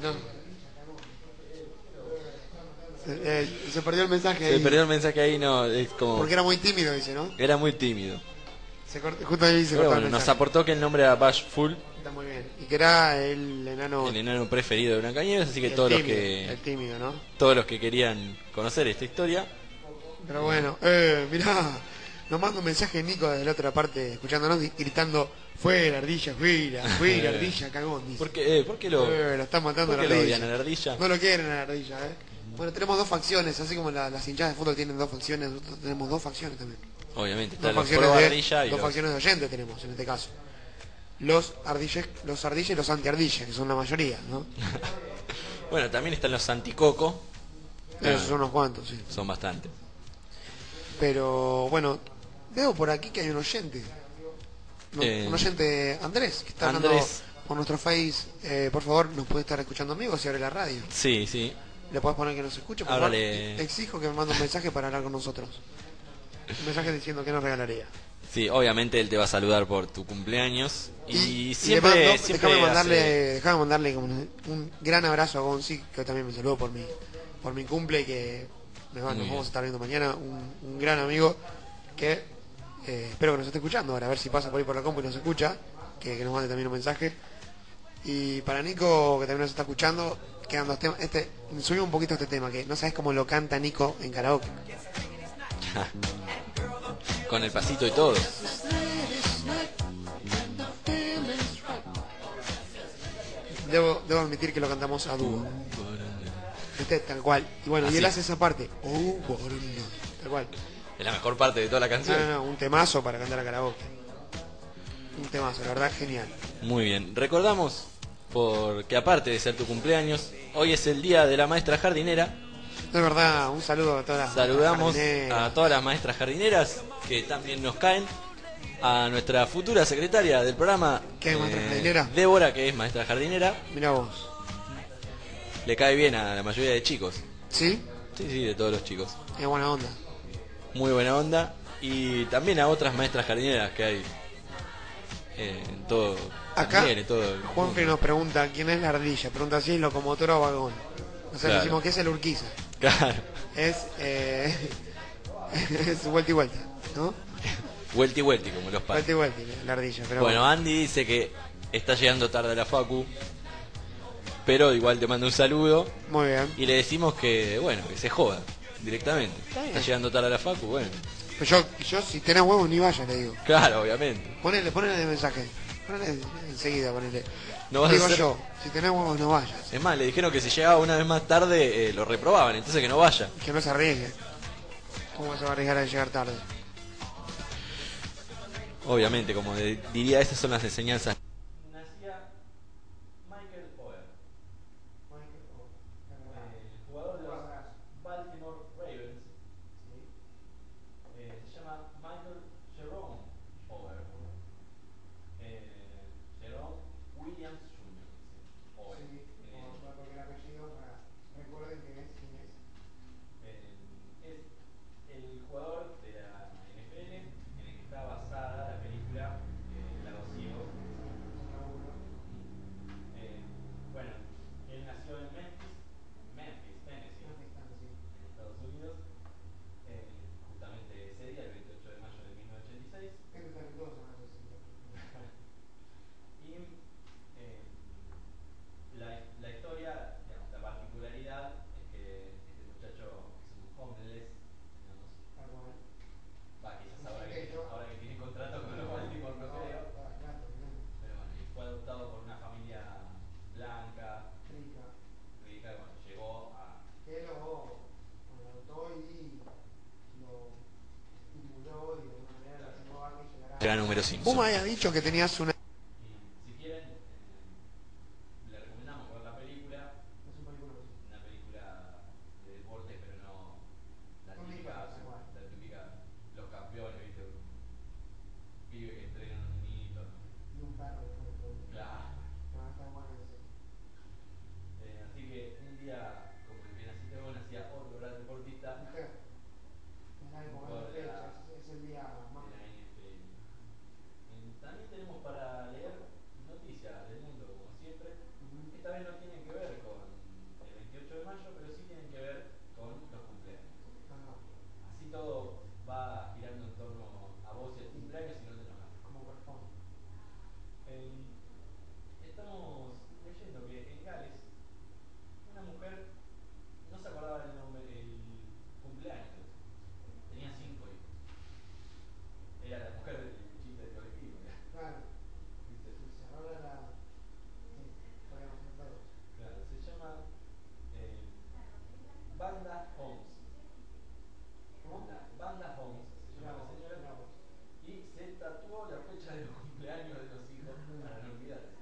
Se perdió el mensaje ahí. Se perdió el mensaje ahí, no, es como. Porque era muy tímido, dice, ¿no? Era muy tímido. Justo ahí se Pero cortó bueno, el nos mensaje. aportó que el nombre era Bashful, Está muy bien. Y que era el enano. el enano preferido de Blancanieves, así que el todos tímido, los que. El tímido, ¿no? Todos los que querían conocer esta historia. Pero bueno, mirá, nos manda un mensaje Nico desde la otra parte, escuchándonos y gritando, fuera ardilla, fuera ardilla, cagón, dice. ¿Por qué lo están matando a ¿por la qué lo ardilla? odian a la ardilla? No lo quieren a la ardilla, Bueno, tenemos dos facciones, así como las hinchadas de fútbol tienen dos facciones, nosotros tenemos dos facciones también. Obviamente, Dos está los facciones, pro de, ardilla y dos los... facciones de oyentes tenemos en este caso. Los ardillas y los anti-ardillas, que son la mayoría, ¿no? Bueno, también están los anticoco. Esos son unos cuantos, sí. Son bastantes. Pero bueno, veo por aquí que hay un oyente. Un oyente, Andrés, que está hablando Andrés. por nuestro Face. Por favor, nos puede estar escuchando amigos si abre la radio. Sí, sí. ¿Le podés poner que nos escuche? Por Ahora favor? le- Exijo que me mande un mensaje para hablar con nosotros. Un mensaje diciendo que nos regalaría. Sí, obviamente él te va a saludar por tu cumpleaños. Y le siempre, mando- siempre déjame mandarle como un gran abrazo a Gonzi, que también me saludó por mi cumple, y que nos Muy bien. vamos a estar viendo mañana. Un gran amigo que espero que nos esté escuchando ahora, a ver si pasa por ahí por la compu y nos escucha, que nos mande también un mensaje. Y para Nico, que también nos está escuchando, quedan dos temas. Subimos un poquito este tema, que no sabes cómo lo canta Nico en karaoke. con el pasito y todo. Debo admitir que lo cantamos a dúo. Tal cual. Y bueno, Así. y él hace esa parte. Tal cual. Es la mejor parte de toda la canción. No, un temazo para cantar a karaoke. Un temazo, la verdad, genial. Muy bien. Recordamos, porque aparte de ser tu cumpleaños, hoy es el día de la maestra jardinera. De verdad, un saludo a todas las Saludamos jardineras. a todas las maestras jardineras que también nos caen. A nuestra futura secretaria del programa, ¿Qué, maestra jardinera? Débora, que es maestra jardinera. Mirá vos. Le cae bien a la mayoría de chicos. ¿Sí? Sí, sí, de todos los chicos. Es buena onda. Muy buena onda. Y también a otras maestras jardineras que hay en todo. Acá, también en todo el Juanfrey mundo. nos pregunta quién es la ardilla. Pregunta si es locomotora o vagón. O sea, Claro. le decimos que es el Urquiza. Claro. Es, es vuelta y vuelta, ¿no? Vuelti vuelti, como los padres. Vuelta y vuelta, la ardilla. Pero Bueno, Andy dice que está llegando tarde a la facu, pero igual te manda un saludo. Muy bien. Y le decimos que, bueno, que se joda directamente. Está bien. Está llegando tarde a la facu, bueno. Pues yo si tenés huevos ni vayas, le digo. Claro, obviamente. Ponele de mensaje. Ponele enseguida, ponele. No vas a Digo hacer- yo, si tenés huevos no vayas. Es más, le dijeron que si llegaba una vez más tarde lo reprobaban, entonces que no vaya. Que no se arriesgue. ¿Cómo se va a arriesgar a llegar tarde? Obviamente, como diría, esas son las enseñanzas. Nacía Michael Oher, jugador de los Baltimore Ravens. Se llama Michael Jerome Oher. Jerome Williams Jr. Oher. porque el apellido, recuerden que es quién es. Es el jugador de la NFL en el que está basada la película Lago Ciego. gran número Vos Simpson. me habías dicho que tenías una... Si quieren, le recomendamos ver la película. Es un película. Una película de deporte, pero no la típica, los campeones, ¿viste? Un pibe que entrena a un niñito. Y un perro. Claro. No, está bueno ese. Así que un día, como el que naciste vos, nacía otro gran deportista. Es el día más. También tenemos para leer noticias del mundo, como siempre. Esta vez no tienen que ver con el 28 de mayo, pero sí tienen que ver con los cumpleaños. Así todo va girando en torno a vos y el cumpleaños y no te enojas. Como corresponde. Estamos leyendo que en Gales una mujer no se acordaba el nombre, el cumpleaños. Tenía 5 hijos. Era la mujer del chiste del colectivo. Claro. ¿Viste? Ahora la... Sí, podemos hacer todo. Claro, se llama Banda Holmes. ¿Cómo? Banda Holmes se llama la señora. Y se tatuó la fecha de los cumpleaños de los hijos para no olvidarse.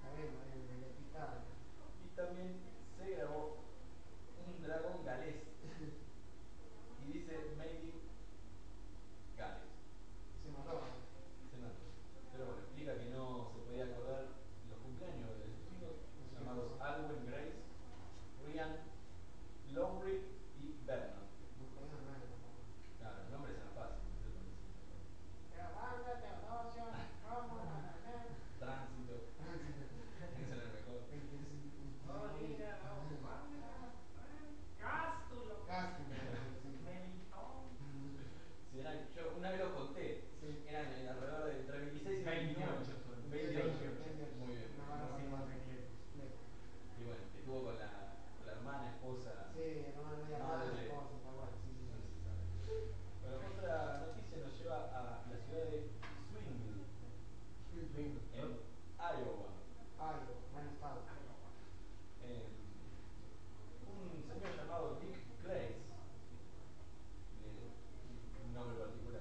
Y también se grabó un dragón galés. Y dice Made in Gales. Se mató. Pero bueno, explica que no se podía acordar los cumpleaños de sus hijos, llamados Alwyn Grace, Ryan, Lowry y Vernon. Claro, el nombre es fácil. Tránsito. Ese era el mejor. Sí, yo una vez lo conté. Eran alrededor de entre 26 y 29. 28. Muy bien. Y bueno, estuvo con la hermana, esposa. Sí, hermana, esposa, está bueno. Bueno, otra noticia nos lleva a la ciudad de Swingle, en Iowa. Buen estado. Un señor llamado Dick Clays, un nombre particular.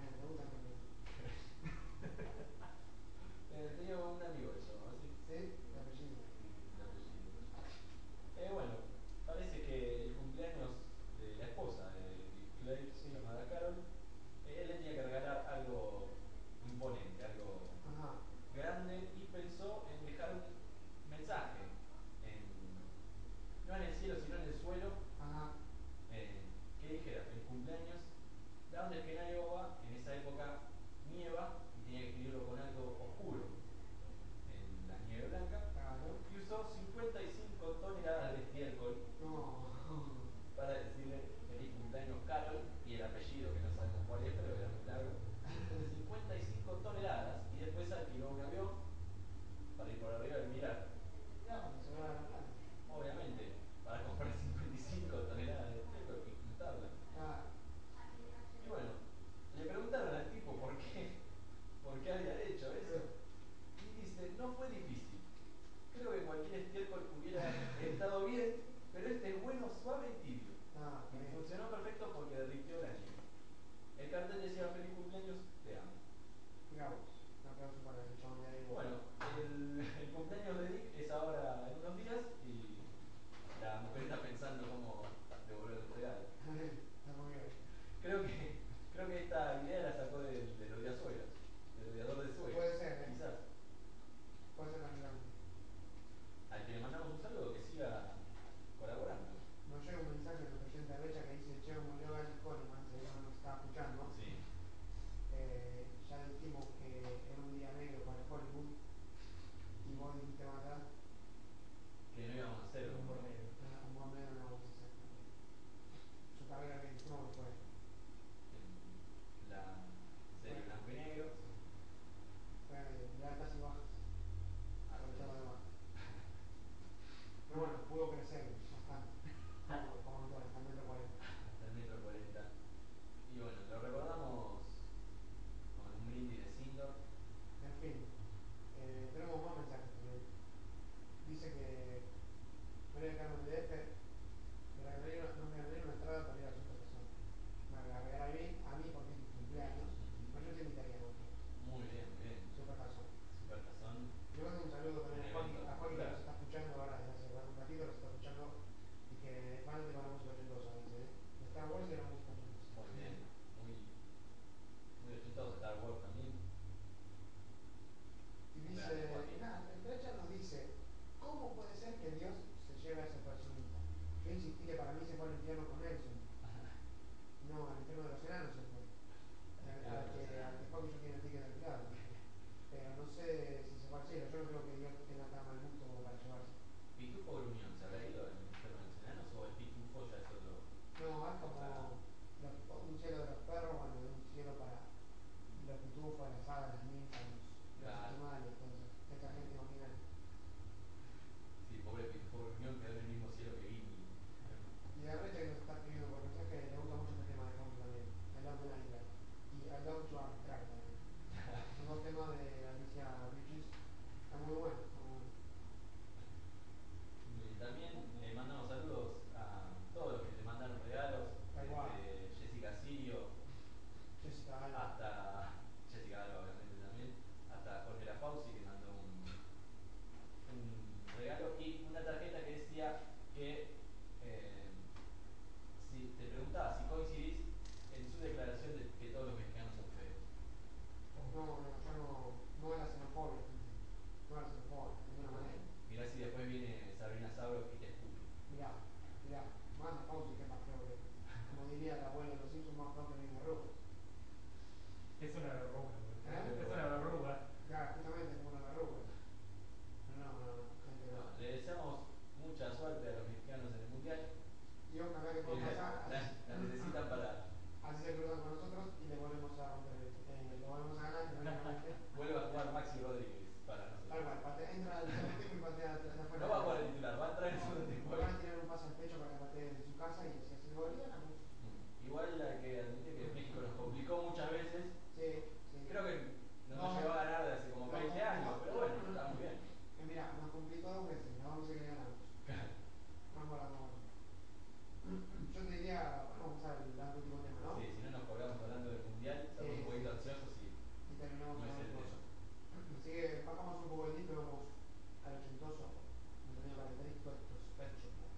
Tenía un amigo que se llamaba así. ¿Sí? El apellido. Bueno, parece que el cumpleaños de la esposa de Dick Clays, llamada Carol, él le tenía que regalar algo imponente, algo grande, y pensó en dejar un mensaje, no en el cielo, sino en el suelo, que dijera: el cumpleaños, la onda es que en Iowa, en esa época, nieva, y tenía que escribirlo con algo oscuro en la nieve blanca, y usó 55 toneladas de estiércol para decirle feliz cumpleaños Carol, y el apellido que no sabemos cuál es, pero era muy largo. 55 toneladas, y después alquiló un avión para ir por arriba y mirar. Obviamente, para comprar 55 toneladas de estiércol hay que juntarla. Y bueno, le preguntaron al tipo por qué había hecho eso. Y dice: no fue difícil. Creo que cualquier estiércol hubiera estado bien, pero este es bueno, suave y tibio. Y funcionó perfecto porque derritió la nieve. El cartel decía: feliz cumpleaños, te amo. Bueno, el cumpleaños de Dick es ahora en unos días y la mujer está pensando cómo devolver el regalo. Creo que esta idea la sacó del odiasuegras, del odiador de suegras. Puede ser, quizás. Puede ser también. Al que le mandamos un saludo, que siga colaborando. Nos llega un mensaje La necesitan para... Así se cruzan con nosotros y le volvemos a romper, lo volvemos a ganar. Vuelve a jugar Maxi Rodríguez para nosotros. Tal cual, entra al segundo tiempo y patea de afuera. No va a jugar el titular, va a entrar en el segundo tiempo. Van a tirar un paso al pecho para que patee desde su casa y si hace el gol, ganamos. Igual hay que admitir que México nos complicó muchas veces. Sí. Creo que no nos llegó a ganar de hace como 20 años, pero bueno, está muy bien. Mira, nos complicó 2 veces, no vamos a que ganamos. Vamos. Yo te diría, vamos a ver el último tema, ¿no? Sí, si no nos colgamos hablando del mundial, estamos un poquito ansiosos y terminamos no es el tema. Así que bajamos un poco el disco y vamos al ochentoso, un sonido característico de estos Pet Shop Boys.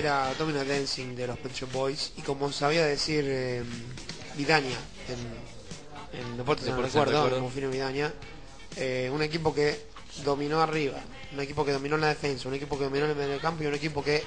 era Domino Dancing de los Pet Shop Boys, y como sabía decir Vidania en Deportes en Recuerdo, como Fino Vidania, un equipo que dominó arriba, un equipo que dominó la defensa, un equipo que dominó en el medio del campo y un equipo que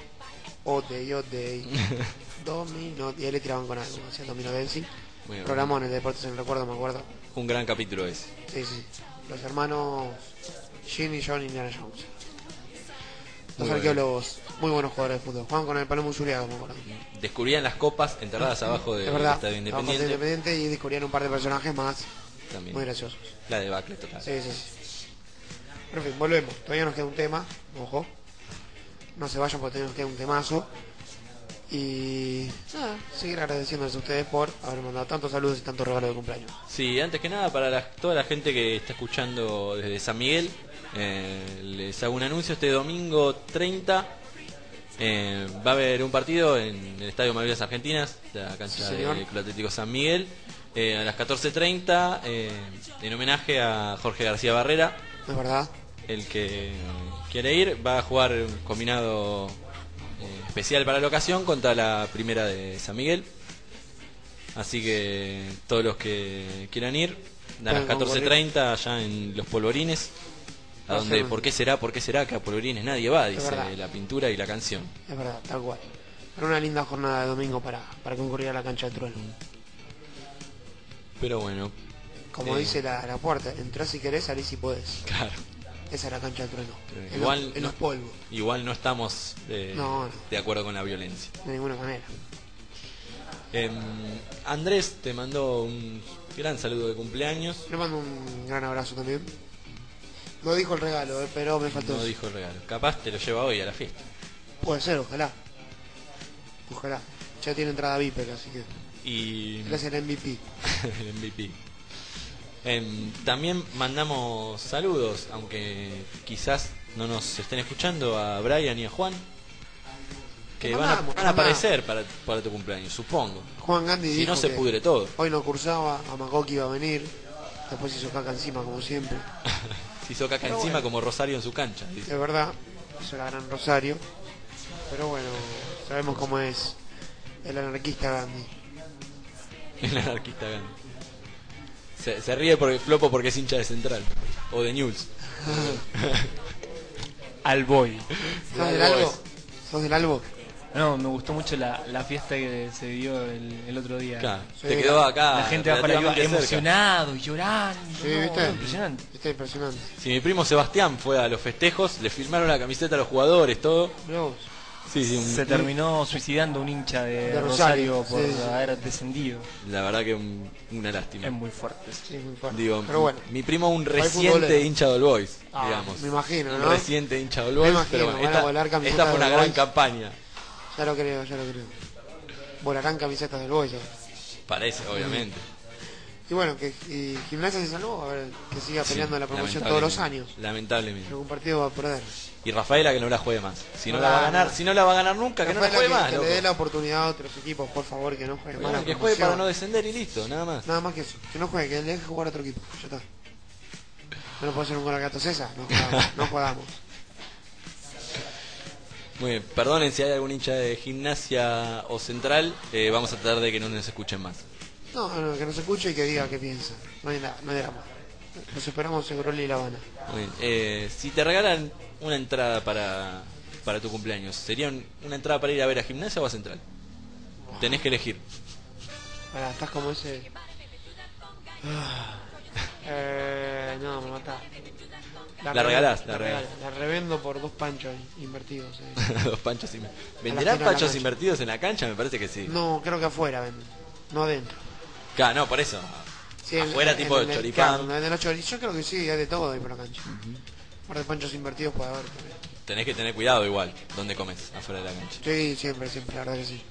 dominó, y ahí le tiraban con algo, hacía Domino Dancing. Programón en Deportes en Recuerdo, me acuerdo. Un gran capítulo ese. Sí, los hermanos Jim y John Indiana Jones. Los arqueólogos, muy buenos jugadores de fútbol. Juegan con el palo muy zuleado, me acuerdo. Descubrían las copas enterradas abajo del Estadio Independiente. Y descubrían un par de personajes más también. Muy graciosos. La debacle total. Sí. Pero en fin, volvemos. Todavía nos queda un tema. Ojo. No se vayan porque todavía nos queda un temazo. Y nada, seguir agradeciéndoles a ustedes por haber mandado tantos saludos y tantos regalos de cumpleaños. Sí, antes que nada, para toda la gente que está escuchando desde San Miguel, les hago un anuncio. Este domingo 30 va a haber un partido en el Estadio Malvinas Argentinas, la cancha del Club Atlético San Miguel, a las 14:30, en homenaje a Jorge García Barrera. Es verdad. El que quiere ir va a jugar un combinado especial para la ocasión contra la Primera de San Miguel. Así que todos los que quieran ir, a las 14:30 allá en Los Polvorines, a donde ¿por qué será que a Polvorines nadie va? Dice la pintura y la canción. Es verdad, tal cual. Era una linda jornada de domingo para concurrir a la cancha del Trueno. Pero bueno, como dice la puerta, entrás si querés, salís si podés. Claro. Esa es la cancha del Trueno. Igual en los polvos. Igual no estamos de acuerdo con la violencia. De ninguna manera. Andrés te mandó un gran saludo de cumpleaños. Le mando un gran abrazo también. No dijo el regalo, pero me faltó. No dijo el regalo. Capaz te lo lleva hoy a la fiesta. Puede ser, ojalá. Ya tiene entrada VIP, así que. Y él es el MVP. El MVP. También mandamos saludos, aunque quizás no nos estén escuchando, a Brian y a Juan, que van a aparecer para tu cumpleaños, supongo. Juan Gandhi si no se pudre todo. Hoy no cursaba, a Magoki iba a venir, después hizo caca encima como siempre. Se hizo caca encima como Rosario en su cancha, dice. Es verdad, eso era gran Rosario. Pero bueno, sabemos cómo es el anarquista Gandhi. El anarquista Gandhi. Se ríe porque Flopo porque es hincha de Central o de News. Al boy. ¿Sos del Albo? ¿Sos del Albo? No, me gustó mucho la fiesta que se dio el otro día. Claro, te quedó acá. La gente afuera iba emocionado y llorando. Sí, ¿viste? Impresionante. Está impresionante. Si mi primo Sebastián fue a los festejos, le firmaron la camiseta a los jugadores, todo. No. Sí, se terminó suicidando un hincha de Rosario por haber descendido. La verdad que una lástima. Es muy fuerte. Sí, muy fuerte. Digo, pero bueno, mi primo un reciente hincha de All Boys, digamos. Me imagino, ¿no? Un reciente hincha de All Boys, pero bueno, esta fue una gran campaña. Ya lo creo. Volarán camisetas del Boys. Parece, obviamente. Y bueno, y Gimnasia se salvó, a ver, que siga peleando la promoción todos los años. Lamentablemente. Algún partido va a perder. Y Rafaela que no la juegue más. Si no la va a ganar nunca, que no la juegue más. Que le dé la oportunidad a otros equipos, por favor, que no juegue más. Que juegue para no descender y listo, nada más. Nada más que eso. Que no juegue, que le deje jugar a otro equipo. Ya está. No puede ser un gol al Gato César. No jugamos. Muy bien, perdonen si hay algún hincha de Gimnasia o Central. Vamos a tratar de que no nos escuchen más. No, que nos escuche y que diga qué piensa. No hay drama. Los esperamos en Groli y La Habana. Muy bien. Si te regalan una entrada para tu cumpleaños, ¿sería una entrada para ir a ver a Gimnasia o a Central? Tenés que elegir. Estás como ese... no, me matás. La regalás. La revendo por 2 panchos invertidos. 2 panchos invertidos. ¿Venderán panchos invertidos en la cancha? Me parece que sí. No, creo que afuera venden. No adentro. Claro, no, por eso. Sí, afuera tipo choripán. Yo creo que sí, hay de todo ahí por la cancha. Por de panchos invertidos puede haber también. Tenés que tener cuidado igual, donde comes, afuera de la cancha. Sí, siempre, la verdad que sí.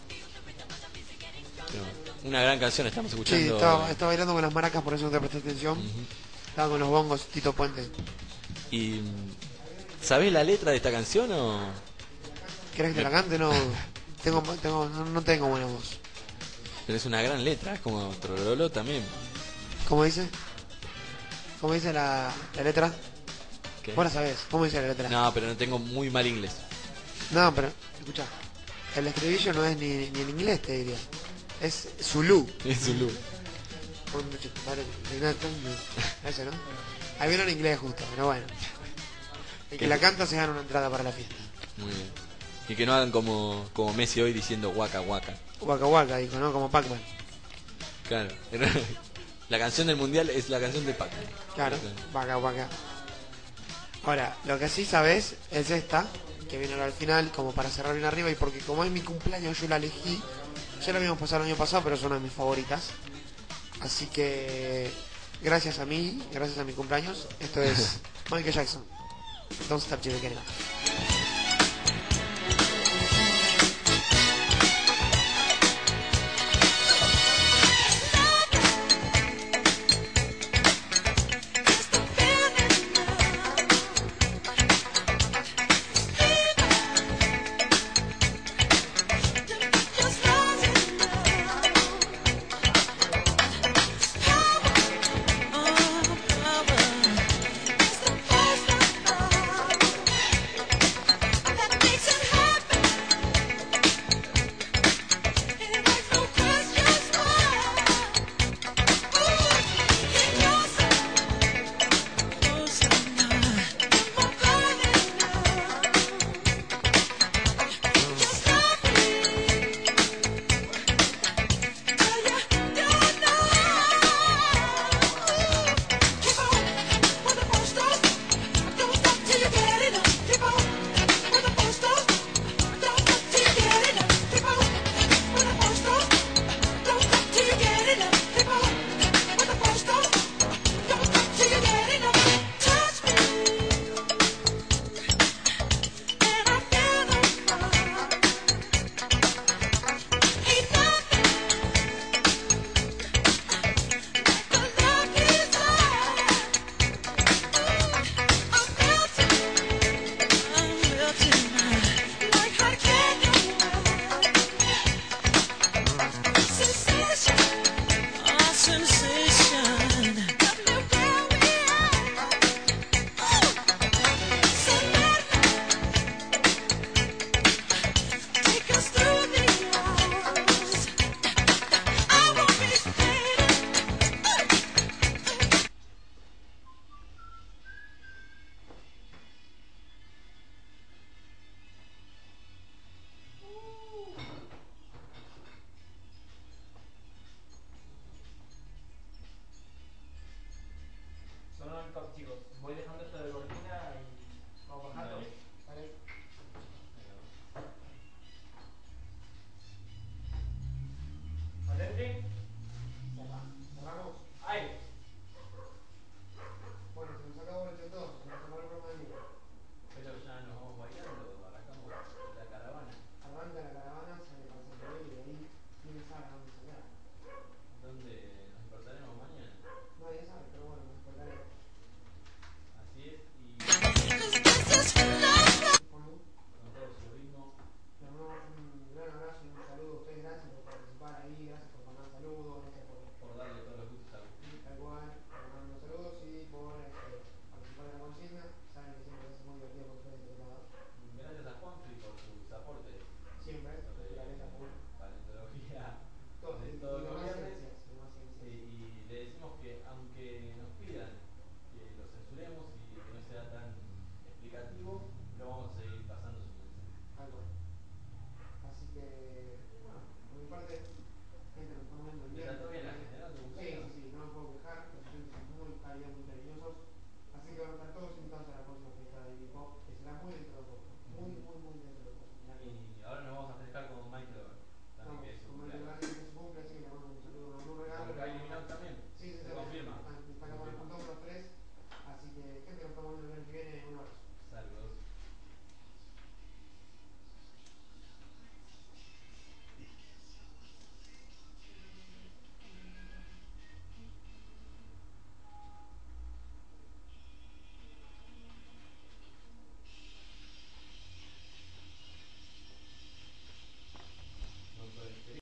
Una gran canción estamos escuchando. Sí, estaba bailando con las maracas, por eso no te presté atención. Estaba con los bongos, Tito Puente. ¿Y sabés la letra de esta canción o...? ¿Querés que te la cante? No, no tengo buena voz. Pero es una gran letra, es como Trololo también. ¿Cómo dice? ¿Cómo dice la letra? ¿Qué? Vos la sabés, ¿cómo dice la letra? No, pero no tengo muy mal inglés. No, pero, escuchá. el estribillo no es ni en inglés, te diría. Es Zulu. Es Zulu. Ese, ¿no? Ahí vieron en inglés justo, pero bueno. El que la canta se gana una entrada para la fiesta. Muy bien. Y que no hagan como Messi hoy diciendo Waka Waka. Waka Waka, dijo, ¿no? Como Pac-Man. Claro. La canción del mundial es la canción de Pac-Man. Claro, Waka Waka. Ahora, lo que sí sabes es esta, que viene ahora al final, como para cerrar bien arriba, y porque como es mi cumpleaños yo la elegí. Ya la habíamos pasado el año pasado, pero es una de mis favoritas. Así que gracias a mí, gracias a mi cumpleaños, esto es Michael Jackson. Don't Stop Till You Get Enough.